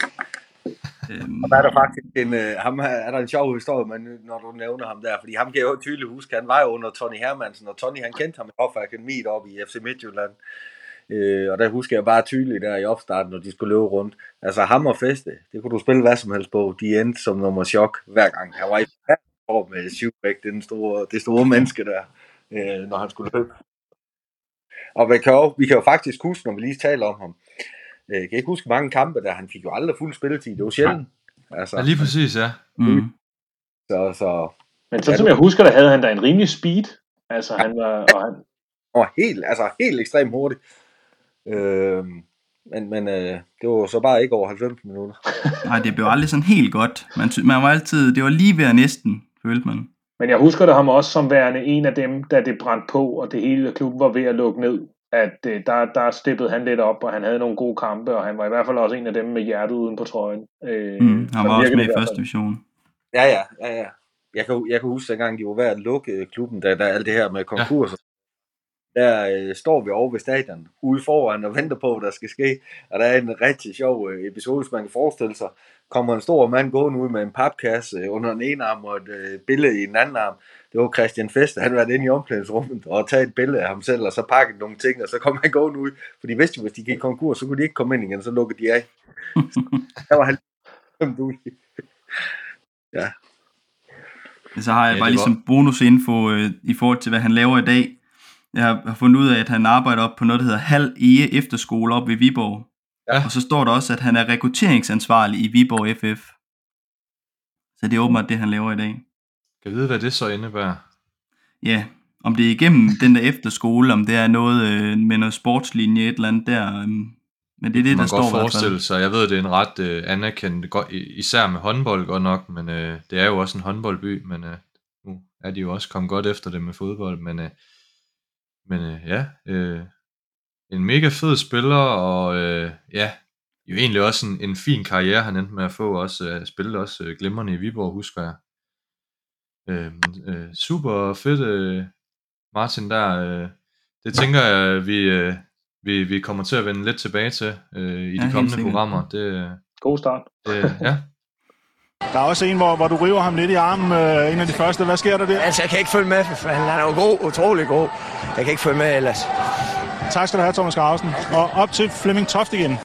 øhm, Og der er der faktisk en, øh, ham her, er der en sjov historie, men når du nævner ham der, fordi ham kan jeg jo tydeligt huske, han var jo under Tony Hermansen, og Tony han kendte ham i Hofakademiet oppe i F C Midtjylland. Øh, og der husker jeg bare tydeligt der i opstarten, når de skulle løbe rundt. Altså ham og Feste, det kunne du spille hvad som helst på. De endte som nummer chok hver gang. Han var i form med Sivbæk, den store, det store menneske der, øh, når han skulle løbe. Og vi kan, jo, vi kan jo faktisk huske, når vi lige taler om ham, øh, kan jeg ikke huske mange kampe der, han fik jo aldrig fuld spilletid. Det var sjældent. Altså, Ja, lige præcis, ja. mm. så, så Men sådan som jeg husker, der havde han da en rimelig speed. Altså, han var... Og han, og helt, altså helt ekstremt hurtigt. Øh, men men øh, det var så bare ikke over halvfems minutter. Nej, det blev aldrig sådan helt godt. Man, sy- man var altid, det var lige ved at næsten, følte man. men jeg husker det ham også som værende en af dem, da det brændte på, og det hele klubben var ved at lukke ned. At øh, der, der steppede han lidt op, og han havde nogle gode kampe, og han var i hvert fald også en af dem med hjertet uden på trøjen. Øh, Mm. Han sådan var også virkede med det i hvert første fald. division. Ja, ja, ja, ja. Jeg kan, jeg kan huske, at gang de var ved at lukke klubben, da der alt det her med konkurser. Ja. Der øh, står vi over ved stadion, ude foran og venter på, hvad der skal ske. Og der er en rigtig sjov øh, episode, hvis man kan forestille sig. Kommer en stor mand gående ud med en papkasse øh, under den ene arm og et øh, billede i den anden arm. Det var Christian Feste, han var inde i omklædningsrummet og taget et billede af ham selv, og så pakket nogle ting, og så kom han gående ud. For de vidste jo, hvis de gik konkurs, så kunne de ikke komme ind igen, så lukkede de af. Der var han ja. Så har jeg Ja, bare det ligesom bonusinfo øh, i forhold til, hvad han laver i dag. Jeg har, har fundet ud af, at han arbejder op på noget, der hedder Hal Ege Efterskole op ved Viborg. Ja. Og så står der også, at han er rekrutteringsansvarlig i Viborg F F. Så det er åbenbart det, han laver i dag. Kan jeg vide, hvad det så indebærer? Ja, om det er igennem den der efterskole, om det er noget øh, med noget sportslinje, et eller andet der. Øh, men det er det, der Man kan står godt i hvert fald. forestille sig. Jeg ved, det er en ret øh, anerkendt, godt- især med håndbold godt nok, men øh, det er jo også en håndboldby, men øh, nu er de jo også kommet godt efter det med fodbold, men, øh, men øh, ja, øh, en mega fed spiller, og øh, ja, jo egentlig også en, en fin karriere, han endte med at få, også øh, spille også øh, glimrende i Viborg, husker jeg. Øh, men, øh, super fedt, øh, Martin der, øh, det tænker jeg, vi... Øh, Vi, vi kommer til at vende lidt tilbage til øh, i Ja, de helt kommende sikkert. programmer. Det, God start. det, ja. Der er også en, hvor, hvor du river ham lidt i armen, øh, en af de første. Hvad sker der der? Altså, jeg kan ikke følge med, for fanden. Han er jo god, utrolig god. Jeg kan ikke følge med ellers. Tak skal du have, Thomas Gravesen. Og op til Flemming Toft igen.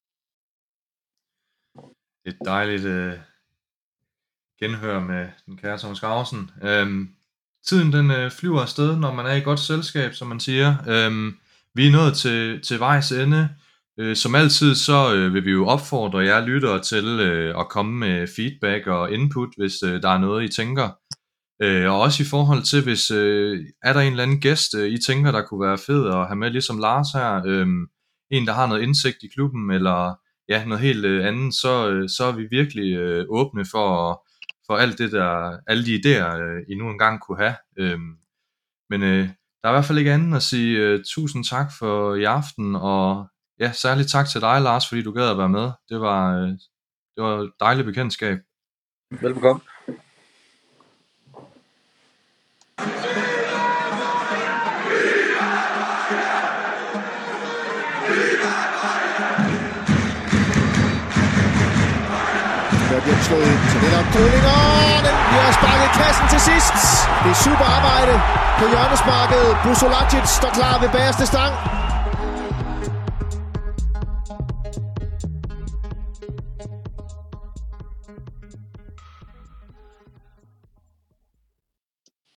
Et dejligt øh, genhør med den kære Thomas Gravesen. Øhm, tiden den øh, flyver afsted, når man er i godt selskab, som man siger. Øhm, vi er nået til, til vejs ende. Øh, som altid, så øh, vil vi jo opfordre jer lyttere til øh, at komme med feedback og input, hvis øh, der er noget, I tænker. Øh, og også i forhold til, hvis øh, er der en eller anden gæst, øh, I tænker, der kunne være fed at have med, ligesom Lars her. Øh, en, der har noget indsigt i klubben, eller ja, noget helt øh, andet, så, øh, så er vi virkelig øh, åbne for, for alt det der, alle de idéer, øh, I nu engang kunne have. Øh, men øh, der er i hvert fald ikke andet at sige øh, tusind tak for i aften, og ja, særligt tak til dig, Lars, fordi du gad at være med. Det var, øh, det var et dejligt bekendtskab. Velbekomme. Der bliver slået ind, så det er opdrydning, og den bliver sparket i kassen til sidst. Det er super arbejde på hjørnesparket. Busolacic står klar ved bagerste stang.